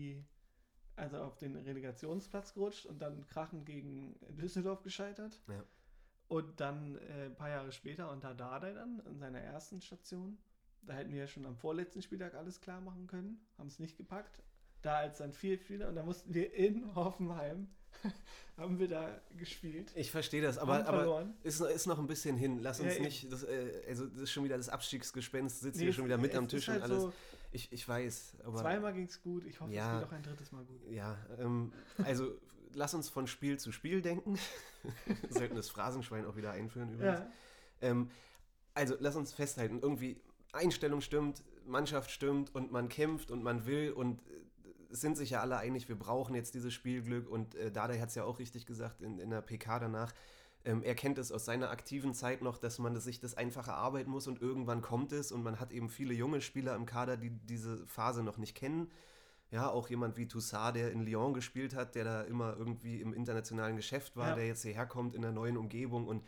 Speaker 2: auf den Relegationsplatz gerutscht und dann krachend gegen Düsseldorf gescheitert.
Speaker 3: Ja.
Speaker 2: Und dann ein paar Jahre später unter Dardai dann in seiner ersten Station. Da hätten wir ja schon am vorletzten Spieltag alles klar machen können, haben es nicht gepackt. Da als dann 4 Spiele und da mussten wir in Hoffenheim, haben wir da gespielt.
Speaker 3: Ich verstehe das,
Speaker 2: Haben
Speaker 3: aber
Speaker 2: verloren.
Speaker 3: ist noch ein bisschen hin. Lass uns
Speaker 2: Ja, eben.
Speaker 3: nicht, das ist schon wieder das Abstiegsgespenst, sitzt
Speaker 2: Nee,
Speaker 3: hier schon wieder mit
Speaker 2: es
Speaker 3: am
Speaker 2: ist
Speaker 3: Tisch
Speaker 2: halt
Speaker 3: und alles.
Speaker 2: so,
Speaker 3: Ich weiß, aber...
Speaker 2: zweimal ging es gut, ich hoffe,
Speaker 3: Ja.
Speaker 2: es geht auch ein drittes Mal gut.
Speaker 3: Ja, also lass uns von Spiel zu Spiel denken. Wir sollten das Phrasenschwein auch wieder einführen übrigens.
Speaker 2: Ja.
Speaker 3: Also lass uns festhalten, irgendwie Einstellung stimmt, Mannschaft stimmt und man kämpft und man will und es sind sich ja alle einig, wir brauchen jetzt dieses Spielglück und Dardai hat es ja auch richtig gesagt in der PK danach. Er kennt es aus seiner aktiven Zeit noch, dass man sich das einfach erarbeiten muss und irgendwann kommt es und man hat eben viele junge Spieler im Kader, die diese Phase noch nicht kennen. Ja, auch jemand wie Toussaint, der in Lyon gespielt hat, der da immer irgendwie im internationalen Geschäft war,
Speaker 2: Ja.
Speaker 3: der jetzt hierher kommt in einer neuen Umgebung und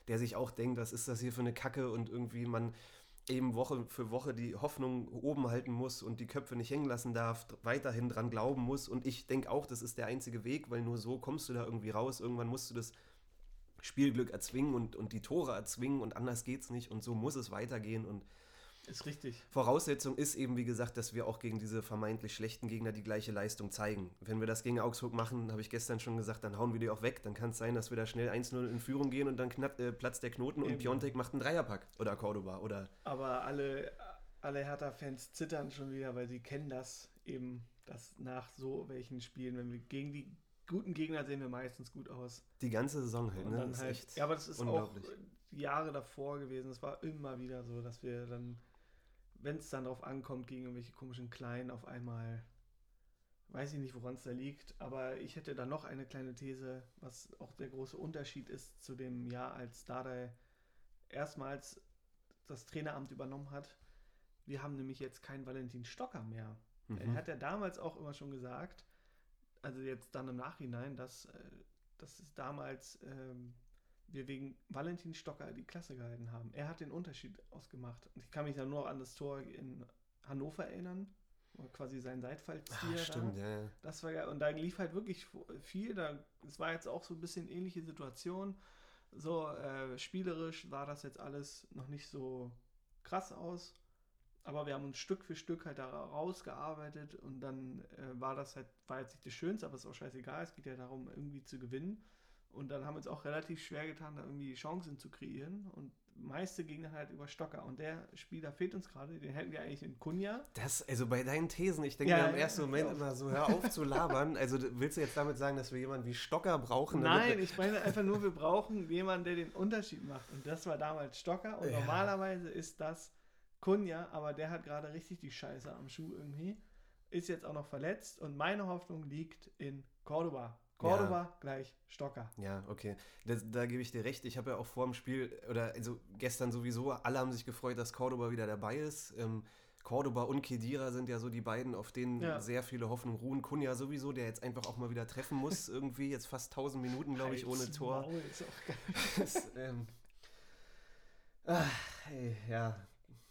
Speaker 3: der sich auch denkt, was ist das hier für eine Kacke und irgendwie man eben Woche für Woche die Hoffnung oben halten muss und die Köpfe nicht hängen lassen darf, weiterhin dran glauben muss. Und ich denke auch, das ist der einzige Weg, weil nur so kommst du da irgendwie raus. Irgendwann musst du das Spielglück erzwingen und die Tore erzwingen und anders geht's nicht und so muss es weitergehen. Und
Speaker 2: ist richtig.
Speaker 3: Voraussetzung ist eben, wie gesagt, dass wir auch gegen diese vermeintlich schlechten Gegner die gleiche Leistung zeigen. Wenn wir das gegen Augsburg machen, habe ich gestern schon gesagt, dann hauen wir die auch weg. Dann kann es sein, dass wir da schnell 1-0 in Führung gehen und dann platzt der Knoten und Piontek macht einen Dreierpack. Oder Cordoba.
Speaker 2: Aber alle Hertha-Fans zittern schon wieder, weil sie kennen das eben, dass nach so welchen Spielen, wenn wir gegen die guten Gegner sehen wir meistens gut aus.
Speaker 3: Die ganze Saison halt,
Speaker 2: und
Speaker 3: ne?
Speaker 2: dann
Speaker 3: Das
Speaker 2: halt,
Speaker 3: ist echt
Speaker 2: ja, aber das ist
Speaker 3: unglaublich.
Speaker 2: auch Jahre davor gewesen. Es war immer wieder so, dass wir dann, wenn es dann drauf ankommt, gegen irgendwelche komischen Kleinen auf einmal, weiß ich nicht, woran es da liegt, aber ich hätte da noch eine kleine These, was auch der große Unterschied ist zu dem Jahr, als Dardai erstmals das Traineramt übernommen hat. Wir haben nämlich jetzt keinen Valentin Stocker mehr. Er hat ja damals auch immer schon gesagt, also jetzt dann im Nachhinein, dass es damals wir wegen Valentin Stocker die Klasse gehalten haben. Er hat den Unterschied ausgemacht. Und ich kann mich dann nur an das Tor in Hannover erinnern, wo quasi sein Seitfallstier
Speaker 3: stimmt, ja.
Speaker 2: Das war ja, und da lief halt wirklich viel. Es war jetzt auch so ein bisschen ähnliche Situation. So spielerisch sah das jetzt alles noch nicht so krass aus. Aber wir haben uns Stück für Stück halt da rausgearbeitet und dann war jetzt nicht das Schönste, aber es ist auch scheißegal. Es geht ja darum, irgendwie zu gewinnen. Und dann haben wir uns auch relativ schwer getan, da irgendwie Chancen zu kreieren. Und meiste ging dann halt über Stocker. Und der Spieler fehlt uns gerade. Den hätten wir eigentlich in Kunja.
Speaker 3: Also bei deinen Thesen, ich denke mir im ersten Moment immer so, hör auf zu labern. Also willst du jetzt damit sagen, dass wir jemanden wie Stocker brauchen?
Speaker 2: Nein, ich meine einfach nur, wir brauchen jemanden, der den Unterschied macht. Und das war damals Stocker. Und normalerweise ist das Kunja, aber der hat gerade richtig die Scheiße am Schuh irgendwie. Ist jetzt auch noch verletzt. Und meine Hoffnung liegt in Cordoba. Cordoba gleich Stocker.
Speaker 3: Ja, okay. Da gebe ich dir recht. Ich habe ja auch vor dem Spiel, also gestern sowieso, alle haben sich gefreut, dass Cordoba wieder dabei ist. Cordoba und Khedira sind ja so die beiden, auf denen sehr viele Hoffnung ruhen. Kunja sowieso, der jetzt einfach auch mal wieder treffen muss, irgendwie. Jetzt fast 1000 Minuten, glaube ich, ohne Tor.
Speaker 2: Maul, ist auch geil.
Speaker 3: Ja.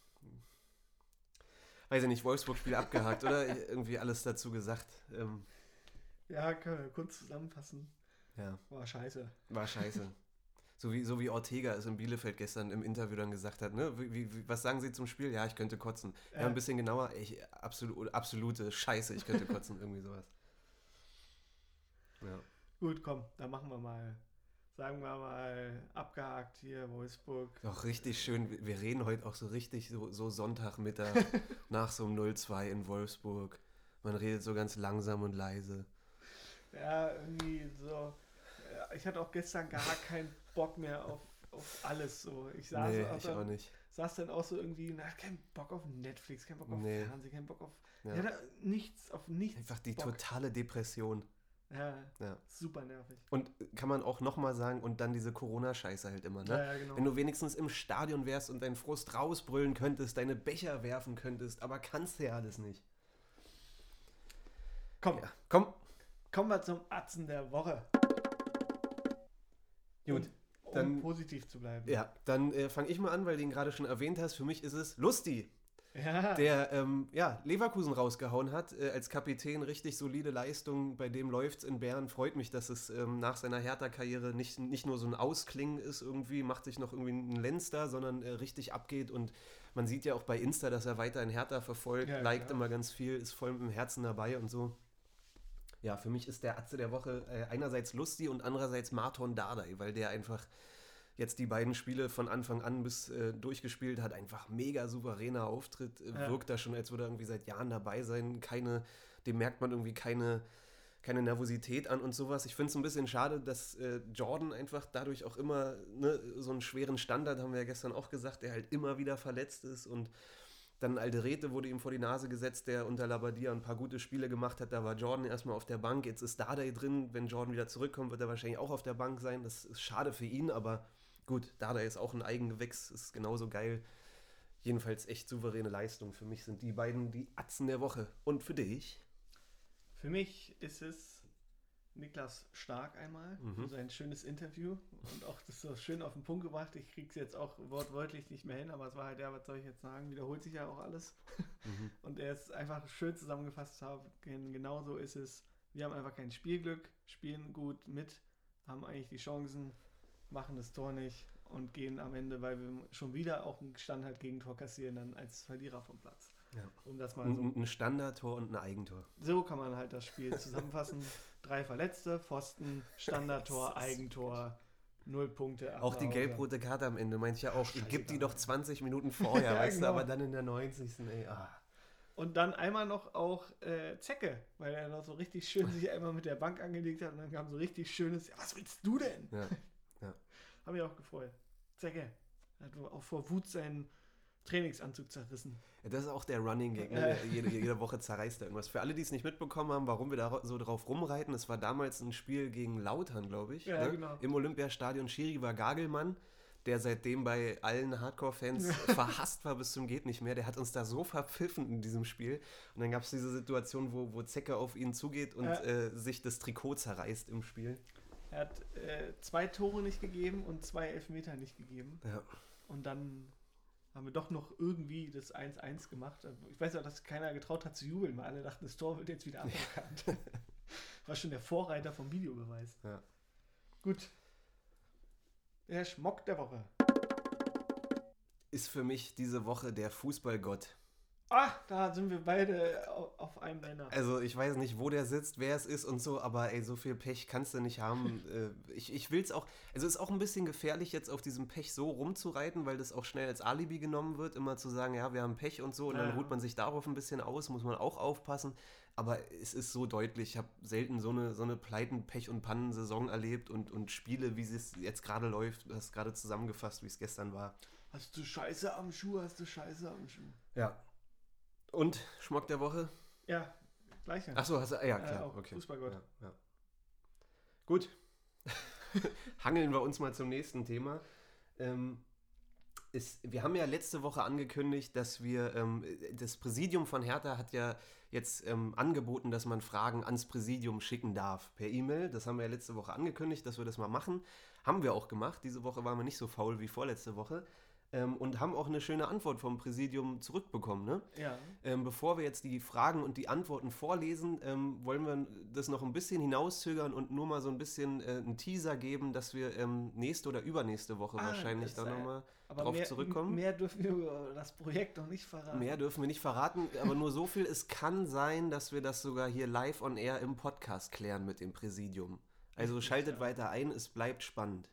Speaker 3: Weiß ich nicht, Wolfsburg-Spiel abgehakt, oder? Irgendwie alles dazu gesagt.
Speaker 2: Ja, können wir kurz zusammenfassen.
Speaker 3: Ja.
Speaker 2: War scheiße.
Speaker 3: So wie Ortega es in Bielefeld gestern im Interview dann gesagt hat, ne? Was sagen Sie zum Spiel? Ja, ich könnte kotzen. Ja, ein bisschen genauer. Absolute Scheiße, ich könnte kotzen, irgendwie sowas. Ja.
Speaker 2: Gut, komm, dann machen wir mal, sagen wir mal, abgehakt hier, Wolfsburg.
Speaker 3: Auch richtig schön, wir reden heute auch so richtig so Sonntagmittag nach so einem 0-2 in Wolfsburg. Man redet so ganz langsam und leise.
Speaker 2: Ja, irgendwie so. Ich hatte auch gestern gar keinen Bock mehr auf alles so. Ich
Speaker 3: auch nicht.
Speaker 2: Saß dann auch so irgendwie, kein Bock auf Netflix, kein Bock auf Fernsehen, kein Bock auf.
Speaker 3: Ja.
Speaker 2: Ich hatte nichts. Einfach
Speaker 3: die totale Depression.
Speaker 2: Ja, super nervig.
Speaker 3: Und kann man auch nochmal sagen, und dann diese Corona-Scheiße halt immer, ne?
Speaker 2: Ja, genau.
Speaker 3: Wenn du wenigstens im Stadion wärst und deinen Frust rausbrüllen könntest, deine Becher werfen könntest, aber kannst du ja alles nicht.
Speaker 2: Komm. Kommen wir zum Atzen der Woche.
Speaker 3: Gut.
Speaker 2: Um positiv zu bleiben.
Speaker 3: Ja, dann fange ich mal an, weil du ihn gerade schon erwähnt hast. Für mich ist es Lusti, der Leverkusen rausgehauen hat. Als Kapitän richtig solide Leistung. Bei dem läuft's in Bern. Freut mich, dass es nach seiner Hertha-Karriere nicht nur so ein Ausklingen ist irgendwie, macht sich noch irgendwie einen Lenz da, sondern richtig abgeht. Und man sieht ja auch bei Insta, dass er weiterhin Hertha verfolgt, liked immer ganz viel, ist voll mit dem Herzen dabei und so. Ja, für mich ist der Atze der Woche einerseits Lusti und andererseits Marton Dardai, weil der einfach jetzt die beiden Spiele von Anfang an bis durchgespielt hat. Einfach mega souveräner Auftritt. Wirkt da schon, als würde er irgendwie seit Jahren dabei sein. Dem merkt man irgendwie keine Nervosität an und sowas. Ich finde es ein bisschen schade, dass Jordan einfach dadurch auch immer so einen schweren Standard, haben wir ja gestern auch gesagt, der halt immer wieder verletzt ist und dann Alderete wurde ihm vor die Nase gesetzt, der unter Labbadia ein paar gute Spiele gemacht hat. Da war Jordan erstmal auf der Bank. Jetzt ist Dardai drin. Wenn Jordan wieder zurückkommt, wird er wahrscheinlich auch auf der Bank sein. Das ist schade für ihn, aber gut, Dardai ist auch ein Eigengewächs, ist genauso geil. Jedenfalls echt souveräne Leistung. Für mich sind die beiden die Atzen der Woche. Und für dich?
Speaker 2: Für mich ist es Niklas Stark einmal für sein schönes Interview und auch das so schön auf den Punkt gebracht. Ich krieg's jetzt auch wortwörtlich nicht mehr hin, aber es war halt, ja, was soll ich jetzt sagen, wiederholt sich ja auch alles. Und er ist einfach schön zusammengefasst, genau so ist es. Wir haben einfach kein Spielglück, spielen gut mit, haben eigentlich die Chancen, machen das Tor nicht und gehen am Ende, weil wir schon wieder auch ein Standard-Gegentor kassieren, dann als Verlierer vom Platz.
Speaker 3: Ja.
Speaker 2: Um das mal so.
Speaker 3: Ein Standardtor und ein Eigentor.
Speaker 2: So kann man halt das Spiel zusammenfassen. 3 Verletzte, Pfosten, Standardtor, Eigentor, 0 Punkte.
Speaker 3: Auch die gelb-rote Karte am Ende, meinte ich ja auch. Gib die doch 20 Minuten vorher,
Speaker 2: Ja,
Speaker 3: weißt
Speaker 2: genau.
Speaker 3: du, aber dann in der 90. Ey,
Speaker 2: Und dann einmal noch auch Zecke, weil er noch so richtig schön sich einmal mit der Bank angelegt hat und dann kam so richtig schönes, ja, was willst du denn?
Speaker 3: Ja.
Speaker 2: Hab mich auch gefreut. Zecke hat auch vor Wut seinen Trainingsanzug zerrissen.
Speaker 3: Das ist auch der Running Gag, ne? Jede Woche zerreißt er irgendwas. Für alle, die es nicht mitbekommen haben, warum wir da so drauf rumreiten, es war damals ein Spiel gegen Lautern, glaube ich.
Speaker 2: Ja,
Speaker 3: ne?
Speaker 2: genau.
Speaker 3: Im Olympiastadion. Schiri war Gagelmann, der seitdem bei allen Hardcore-Fans verhasst war bis zum geht nicht mehr. Der hat uns da so verpfiffen in diesem Spiel. Und dann gab es diese Situation, wo Zecke auf ihn zugeht und sich das Trikot zerreißt im Spiel.
Speaker 2: Er hat 2 Tore nicht gegeben und 2 Elfmeter nicht gegeben.
Speaker 3: Ja.
Speaker 2: Und dann haben wir doch noch irgendwie das 1-1 gemacht. Ich weiß auch, dass keiner getraut hat zu jubeln, weil alle dachten, das Tor wird jetzt wieder aberkannt. War schon der Vorreiter vom Videobeweis.
Speaker 3: Ja.
Speaker 2: Gut. Der Schmock der Woche.
Speaker 3: Ist für mich diese Woche der Fußballgott.
Speaker 2: Ah, da sind wir beide auf einem Nenner.
Speaker 3: Also ich weiß nicht, wo der sitzt, wer es ist und so, aber ey, so viel Pech kannst du nicht haben. Ich will es auch, also es ist auch ein bisschen gefährlich, jetzt auf diesem Pech so rumzureiten, weil das auch schnell als Alibi genommen wird, immer zu sagen, ja, wir haben Pech und so und dann ruht man sich darauf ein bisschen aus, muss man auch aufpassen. Aber es ist so deutlich, ich habe selten so eine Pleiten-, Pech- und Pannen-Saison erlebt und Spiele, wie es jetzt gerade läuft, du hast gerade zusammengefasst, wie es gestern war.
Speaker 2: Hast du Scheiße am Schuh,
Speaker 3: Ja. Und Schmock der Woche?
Speaker 2: Ja, gleicher.
Speaker 3: Achso, hast du, ja klar,
Speaker 2: auch
Speaker 3: okay.
Speaker 2: Fußballgott.
Speaker 3: Ja. Gut. Hangeln wir uns mal zum nächsten Thema. Wir haben ja letzte Woche angekündigt, dass wir, das Präsidium von Hertha hat ja jetzt angeboten, dass man Fragen ans Präsidium schicken darf per E-Mail. Das haben wir ja letzte Woche angekündigt, dass wir das mal machen. Haben wir auch gemacht. Diese Woche waren wir nicht so faul wie vorletzte Woche. Und haben auch eine schöne Antwort vom Präsidium zurückbekommen. Ne?
Speaker 2: Ja.
Speaker 3: Bevor wir jetzt die Fragen und die Antworten vorlesen, wollen wir das noch ein bisschen hinauszögern und nur mal so ein bisschen einen Teaser geben, dass wir nächste oder übernächste Woche wahrscheinlich da nochmal drauf zurückkommen.
Speaker 2: Mehr dürfen wir über das Projekt noch nicht verraten.
Speaker 3: Mehr dürfen wir nicht verraten, aber nur so viel, es kann sein, dass wir das sogar hier live on air im Podcast klären mit dem Präsidium. Also schaltet weiter ein, es bleibt spannend.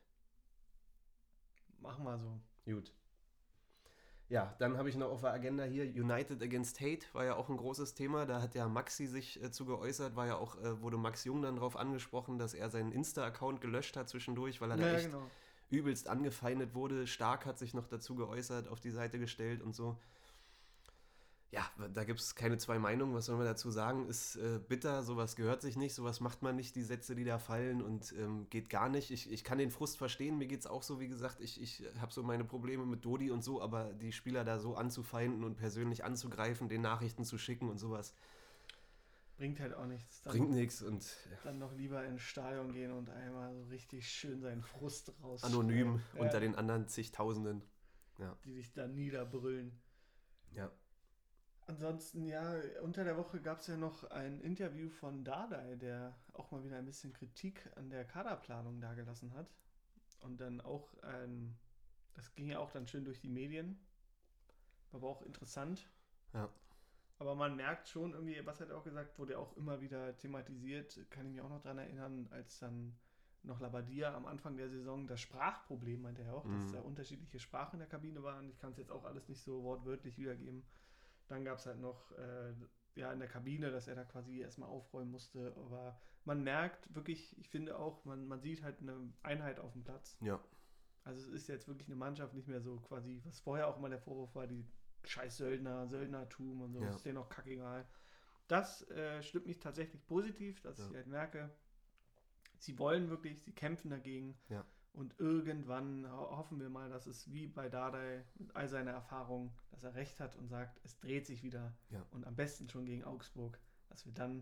Speaker 2: Machen wir so.
Speaker 3: Gut. Ja, dann habe ich noch auf der Agenda hier United Against Hate, war ja auch ein großes Thema. Da hat ja Maxi sich zu geäußert, war ja auch, wurde Max Jung dann darauf angesprochen, dass er seinen Insta-Account gelöscht hat zwischendurch, weil er da echt übelst angefeindet wurde. Stark hat sich noch dazu geäußert, auf die Seite gestellt und so. Ja, da gibt es keine zwei Meinungen, was soll man dazu sagen? Ist bitter, sowas gehört sich nicht, sowas macht man nicht, die Sätze, die da fallen und geht gar nicht. Ich kann den Frust verstehen, mir geht es auch so, wie gesagt, ich habe so meine Probleme mit Dodi und so, aber die Spieler da so anzufeinden und persönlich anzugreifen, den Nachrichten zu schicken und sowas.
Speaker 2: Bringt halt auch nichts.
Speaker 3: Bringt nichts und...
Speaker 2: Dann noch lieber ins Stadion gehen und einmal so richtig schön seinen Frust raus.
Speaker 3: Anonym unter den anderen zigtausenden. Ja.
Speaker 2: Die sich da niederbrüllen.
Speaker 3: Ja.
Speaker 2: Ansonsten, ja, unter der Woche gab es ja noch ein Interview von Dardai, der auch mal wieder ein bisschen Kritik an der Kaderplanung dargelassen hat. Und dann auch, das ging ja auch dann schön durch die Medien. War aber auch interessant.
Speaker 3: Ja.
Speaker 2: Aber man merkt schon irgendwie, was hat er auch gesagt, wurde auch immer wieder thematisiert, kann ich mich auch noch dran erinnern, als dann noch Labbadia am Anfang der Saison das Sprachproblem, meinte er auch, dass da unterschiedliche Sprachen in der Kabine waren. Ich kann es jetzt auch alles nicht so wortwörtlich wiedergeben. Dann gab es halt noch in der Kabine, dass er da quasi erstmal aufräumen musste. Aber man merkt wirklich, ich finde auch, man sieht halt eine Einheit auf dem Platz.
Speaker 3: Ja.
Speaker 2: Also es ist jetzt wirklich eine Mannschaft, nicht mehr so quasi, was vorher auch immer der Vorwurf war, die scheiß Söldnertum und so, das ist denen auch kackegal. Das stimmt mich tatsächlich positiv, dass ich halt merke, sie wollen wirklich, sie kämpfen dagegen.
Speaker 3: Ja.
Speaker 2: Und irgendwann hoffen wir mal, dass es wie bei Dardai mit all seiner Erfahrung, dass er recht hat und sagt, es dreht sich wieder.
Speaker 3: Ja.
Speaker 2: Und am besten schon gegen Augsburg, dass wir dann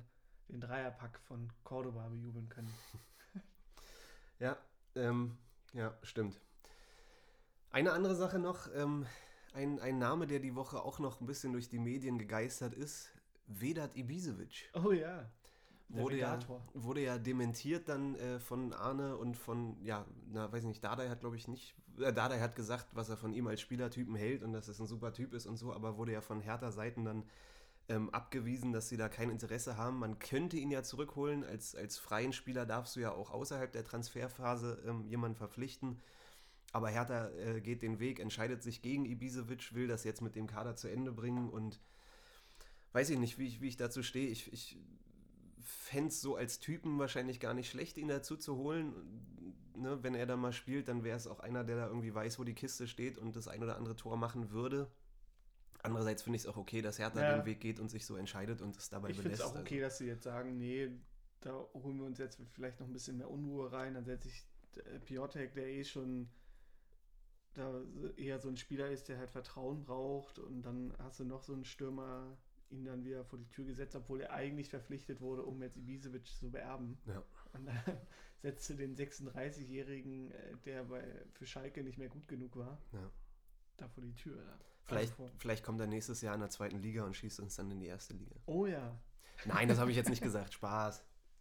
Speaker 2: den Dreierpack von Cordoba bejubeln können.
Speaker 3: Ja, ja, stimmt. Eine andere Sache noch, ein Name, der die Woche auch noch ein bisschen durch die Medien gegeistert ist, Vedat Ibišević.
Speaker 2: Oh ja, der
Speaker 3: Wurde ja dementiert dann von Arne und von, ja, weiß ich nicht, Dardai hat glaube ich nicht, Dardai hat gesagt, was er von ihm als Spielertypen hält und dass es ein super Typ ist und so, aber wurde ja von Hertha-Seiten dann abgewiesen, dass sie da kein Interesse haben. Man könnte ihn ja zurückholen, als freien Spieler darfst du ja auch außerhalb der Transferphase jemanden verpflichten. Aber Hertha geht den Weg, entscheidet sich gegen Ibišević, will das jetzt mit dem Kader zu Ende bringen und weiß ich nicht, wie ich dazu stehe. Ich fände es so als Typen wahrscheinlich gar nicht schlecht, ihn dazu zu holen. Ne, wenn er da mal spielt, dann wäre es auch einer, der da irgendwie weiß, wo die Kiste steht und das ein oder andere Tor machen würde. Andererseits finde ich es auch okay, dass Hertha den Weg geht und sich so entscheidet und es dabei belässt.
Speaker 2: Ich finde es auch okay, dass sie jetzt sagen, nee, da holen wir uns jetzt vielleicht noch ein bisschen mehr Unruhe rein, dann setze ich Piatek, der schon da eher so ein Spieler ist, der halt Vertrauen braucht und dann hast du noch so einen Stürmer, ihn dann wieder vor die Tür gesetzt, obwohl er eigentlich verpflichtet wurde, um jetzt Ibišević zu beerben. Ja. Und dann setzt du den 36-Jährigen, der für Schalke nicht mehr gut genug war, da vor die Tür.
Speaker 3: Vielleicht kommt er nächstes Jahr in der zweiten Liga und schießt uns dann in die erste Liga.
Speaker 2: Oh ja.
Speaker 3: Nein, das habe ich jetzt nicht gesagt. Spaß.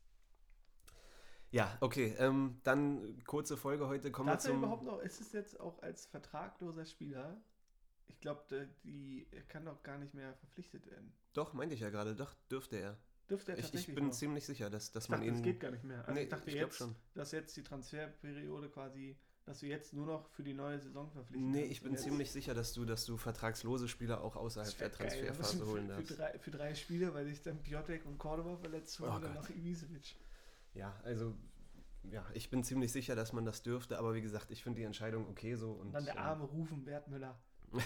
Speaker 3: Ja, okay. Dann kurze Folge heute. Kommen wir zum...
Speaker 2: überhaupt noch, ist es jetzt auch als vertragloser Spieler, ich glaube, er kann doch gar nicht mehr verpflichtet werden.
Speaker 3: Doch, meinte ich ja gerade. Doch, dürfte er.
Speaker 2: Dürfte er tatsächlich
Speaker 3: Ich bin ziemlich sicher, dass man
Speaker 2: ihn... Das geht gar nicht mehr. Also ich dachte
Speaker 3: jetzt,
Speaker 2: dass jetzt die Transferperiode quasi... dass du jetzt nur noch für die neue Saison verpflichtet
Speaker 3: Nee, ich bin ziemlich sicher, dass du vertragslose Spieler auch außerhalb der Transferphase holen darfst.
Speaker 2: Für 3 Spiele, weil sich dann Piatek und Cordoba verletzt wurden und dann noch Ibišević.
Speaker 3: Ja, also ich bin ziemlich sicher, dass man das dürfte, aber wie gesagt, ich finde die Entscheidung okay so. Und
Speaker 2: dann der arme Rufen Wertmüller.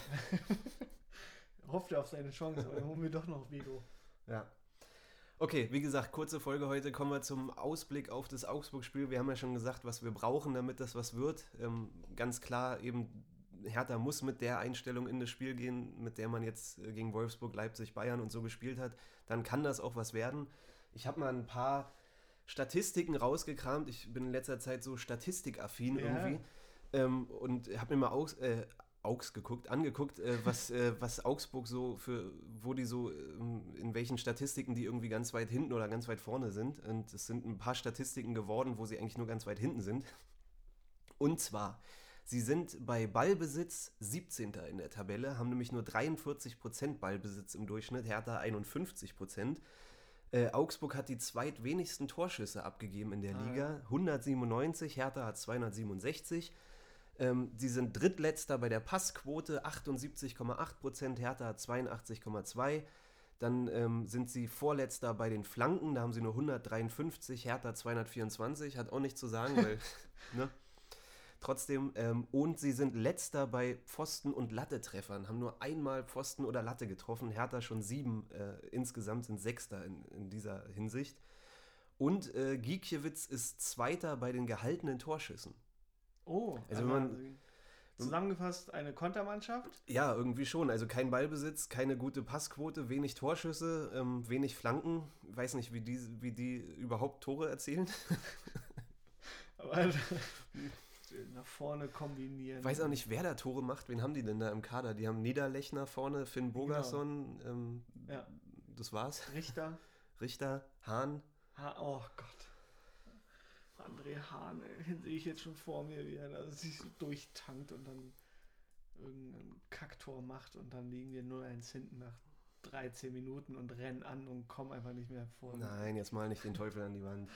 Speaker 2: Hoffte auf seine Chance, aber dann holen wir doch noch Vego.
Speaker 3: Ja. Okay, wie gesagt, kurze Folge heute. Kommen wir zum Ausblick auf das Augsburg-Spiel. Wir haben ja schon gesagt, was wir brauchen, damit das was wird. Ganz klar, eben Hertha muss mit der Einstellung in das Spiel gehen, mit der man jetzt gegen Wolfsburg, Leipzig, Bayern und so gespielt hat. Dann kann das auch was werden. Ich habe mal ein paar Statistiken rausgekramt. Ich bin in letzter Zeit so statistikaffin irgendwie. Und habe mir mal angeguckt, was Augsburg so wo die so, in welchen Statistiken die irgendwie ganz weit hinten oder ganz weit vorne sind. Und es sind ein paar Statistiken geworden, wo sie eigentlich nur ganz weit hinten sind. Und zwar, sie sind bei Ballbesitz 17. in der Tabelle, haben nämlich nur 43% Ballbesitz im Durchschnitt, Hertha 51%. Augsburg hat die zweitwenigsten Torschüsse abgegeben in der Liga, 197, Hertha hat 267. Sie sind drittletzter bei der Passquote, 78,8%, Hertha hat 82,2%. Dann sind sie vorletzter bei den Flanken, da haben sie nur 153, Hertha 224, hat auch nichts zu sagen, weil, ne? Trotzdem, und sie sind letzter bei Pfosten- und Latte-Treffern, haben nur einmal Pfosten oder Latte getroffen, Hertha schon 7, insgesamt sind Sechster in dieser Hinsicht. Und Gikiewicz ist Zweiter bei den gehaltenen Torschüssen.
Speaker 2: Oh, also wenn man zusammengefasst eine Kontermannschaft? Ja,
Speaker 3: irgendwie schon. Also kein Ballbesitz, keine gute Passquote, wenig Torschüsse, wenig Flanken. Ich weiß nicht, wie die überhaupt Tore erzielen.
Speaker 2: Aber nach vorne kombinieren.
Speaker 3: Ich weiß auch nicht, wer da Tore macht. Wen haben die denn da im Kader? Die haben Niederlechner vorne, Finn Bogason. Genau. Das war's. Richter, Hahn.
Speaker 2: Oh Gott. André Hahn, den sehe ich jetzt schon vor mir, wie er da sich so durchtankt und dann irgendein Kacktor macht und dann liegen wir 0-1 hinten nach 13 Minuten und rennen an und kommen einfach nicht mehr vor.
Speaker 3: Nein, jetzt mal nicht den Teufel an die Wand.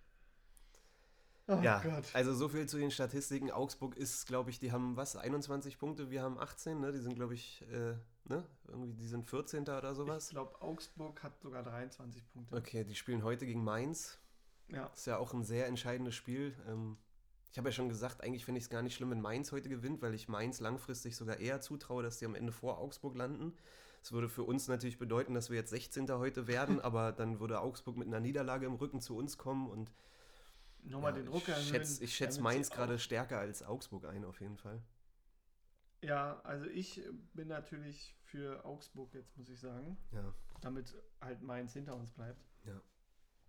Speaker 2: Oh Gott.
Speaker 3: Also so viel zu den Statistiken. Augsburg ist, glaube ich, die haben 21 Punkte, wir haben 18, ne? Die sind, glaube ich, irgendwie, die sind 14. oder sowas.
Speaker 2: Ich glaube, Augsburg hat sogar 23 Punkte.
Speaker 3: Okay, die spielen heute gegen Mainz.
Speaker 2: Ja.
Speaker 3: Das ist ja auch ein sehr entscheidendes Spiel. Ich habe ja schon gesagt, eigentlich finde ich es gar nicht schlimm, wenn Mainz heute gewinnt, weil ich Mainz langfristig sogar eher zutraue, dass die am Ende vor Augsburg landen. Das würde für uns natürlich bedeuten, dass wir jetzt 16. heute werden, aber dann würde Augsburg mit einer Niederlage im Rücken zu uns kommen und
Speaker 2: nochmal den Druck erhöhen.
Speaker 3: Ich schätze Mainz gerade stärker als Augsburg ein, auf jeden Fall.
Speaker 2: Ja, also ich bin natürlich für Augsburg jetzt, muss ich sagen.
Speaker 3: Ja.
Speaker 2: Damit halt Mainz hinter uns bleibt.
Speaker 3: Ja.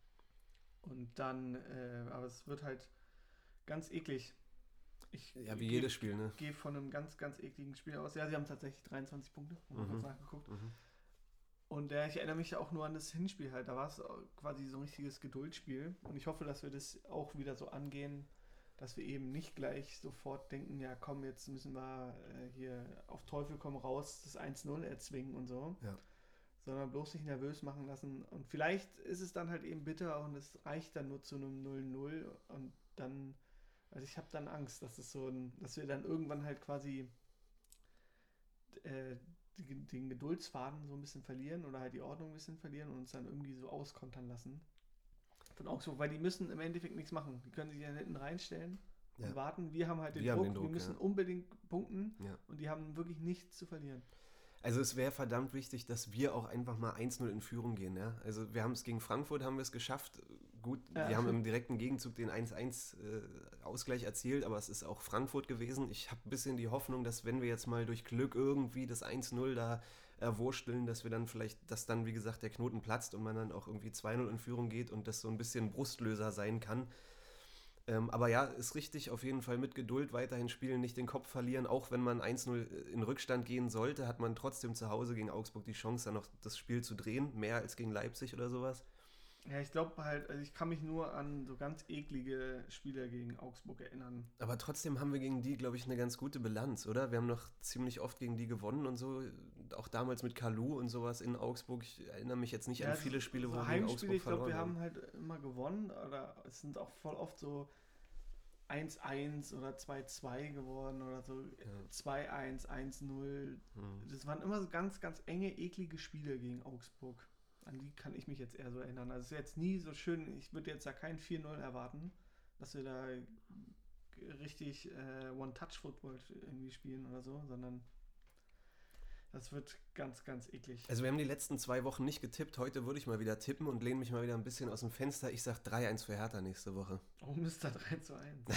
Speaker 2: Und dann, aber es wird halt ganz eklig.
Speaker 3: Ja, wie jedes Spiel, ne?
Speaker 2: Ich gehe von einem ganz, ganz ekligen Spiel aus. Ja, sie haben tatsächlich 23 Punkte, haben wir kurz nachgeguckt. Und ich erinnere mich auch nur an das Hinspiel halt. Da war es quasi so ein richtiges Geduldsspiel. Und ich hoffe, dass wir das auch wieder so angehen, dass wir eben nicht gleich sofort denken, ja komm, jetzt müssen wir hier auf Teufel komm raus das 1-0 erzwingen und so.
Speaker 3: Ja.
Speaker 2: Sondern bloß nicht nervös machen lassen. Und vielleicht ist es dann halt eben bitter und es reicht dann nur zu einem 0-0 und dann, also ich habe dann Angst, dass dass wir dann irgendwann halt quasi den Geduldsfaden so ein bisschen verlieren oder halt die Ordnung ein bisschen verlieren und uns dann irgendwie so auskontern lassen. Von Augsburg, weil die müssen im Endeffekt nichts machen. Die können sich ja hinten reinstellen und warten. Wir haben halt den Druck, wir müssen unbedingt punkten und die haben wirklich nichts zu verlieren.
Speaker 3: Also es wäre verdammt wichtig, dass wir auch einfach mal 1-0 in Führung gehen. Ja? Also wir haben es gegen Frankfurt, haben wir es geschafft. Gut, wir haben im direkten Gegenzug den 1-1 Ausgleich erzielt, aber es ist auch Frankfurt gewesen. Ich habe ein bisschen die Hoffnung, dass wenn wir jetzt mal durch Glück irgendwie das 1-0 da erwursteln, dass wir dann vielleicht, dass dann wie gesagt der Knoten platzt und man dann auch irgendwie 2-0 in Führung geht und das so ein bisschen Brustlöser sein kann. Aber ja, ist richtig, auf jeden Fall mit Geduld weiterhin spielen, nicht den Kopf verlieren. Auch wenn man 1-0 in Rückstand gehen sollte, hat man trotzdem zu Hause gegen Augsburg die Chance, dann noch das Spiel zu drehen, mehr als gegen Leipzig oder sowas.
Speaker 2: Ja, ich glaube halt, also ich kann mich nur an so ganz eklige Spieler gegen Augsburg erinnern.
Speaker 3: Aber trotzdem haben wir gegen die, glaube ich, eine ganz gute Bilanz, oder? Wir haben noch ziemlich oft gegen die gewonnen und so. Auch damals mit Kalou und sowas in Augsburg. Ich erinnere mich jetzt nicht an viele Spiele, wo wir gegen Augsburg verloren haben.
Speaker 2: Ich glaube, wir haben halt immer gewonnen. Oder es sind auch voll oft so 1-1 oder 2-2 geworden oder so 2-1, 1-0. Das waren immer so ganz, ganz enge, eklige Spiele gegen Augsburg. An die kann ich mich jetzt eher so erinnern. Also es ist jetzt nie so schön, ich würde jetzt da kein 4-0 erwarten, dass wir da richtig One-Touch-Football irgendwie spielen oder so, sondern das wird ganz, ganz eklig.
Speaker 3: Also wir haben die letzten 2 Wochen nicht getippt. Heute würde ich mal wieder tippen und lehne mich mal wieder ein bisschen aus dem Fenster. Ich sage 3-1 für Hertha nächste Woche.
Speaker 2: Oh, Mr. 3-1.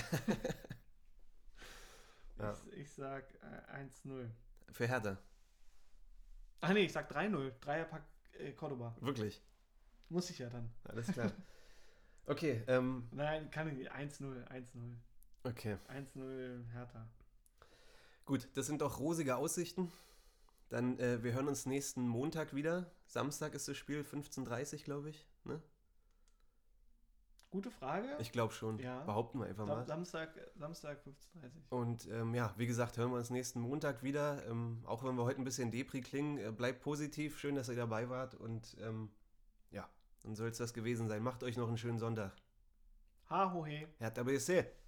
Speaker 3: Ja.
Speaker 2: Ich sag 1-0.
Speaker 3: Für Hertha?
Speaker 2: Ach nee, ich sag 3-0. Dreierpack Cordoba.
Speaker 3: Wirklich?
Speaker 2: Muss ich ja dann.
Speaker 3: Alles klar. Okay.
Speaker 2: Nein, kann ich nicht. 1-0.
Speaker 3: Okay.
Speaker 2: 1-0 Hertha.
Speaker 3: Gut, das sind doch rosige Aussichten. Dann, wir hören uns nächsten Montag wieder. Samstag ist das Spiel, 15:30 glaube ich. Ne?
Speaker 2: Gute Frage.
Speaker 3: Ich glaube schon. Ja. Behaupten wir einfach mal.
Speaker 2: Samstag 15:30.
Speaker 3: Und wie gesagt, hören wir uns nächsten Montag wieder. Auch wenn wir heute ein bisschen Depri klingen, bleibt positiv. Schön, dass ihr dabei wart. Und dann soll es das gewesen sein. Macht euch noch einen schönen Sonntag.
Speaker 2: Ha, ho, he.
Speaker 3: Hertha BSC.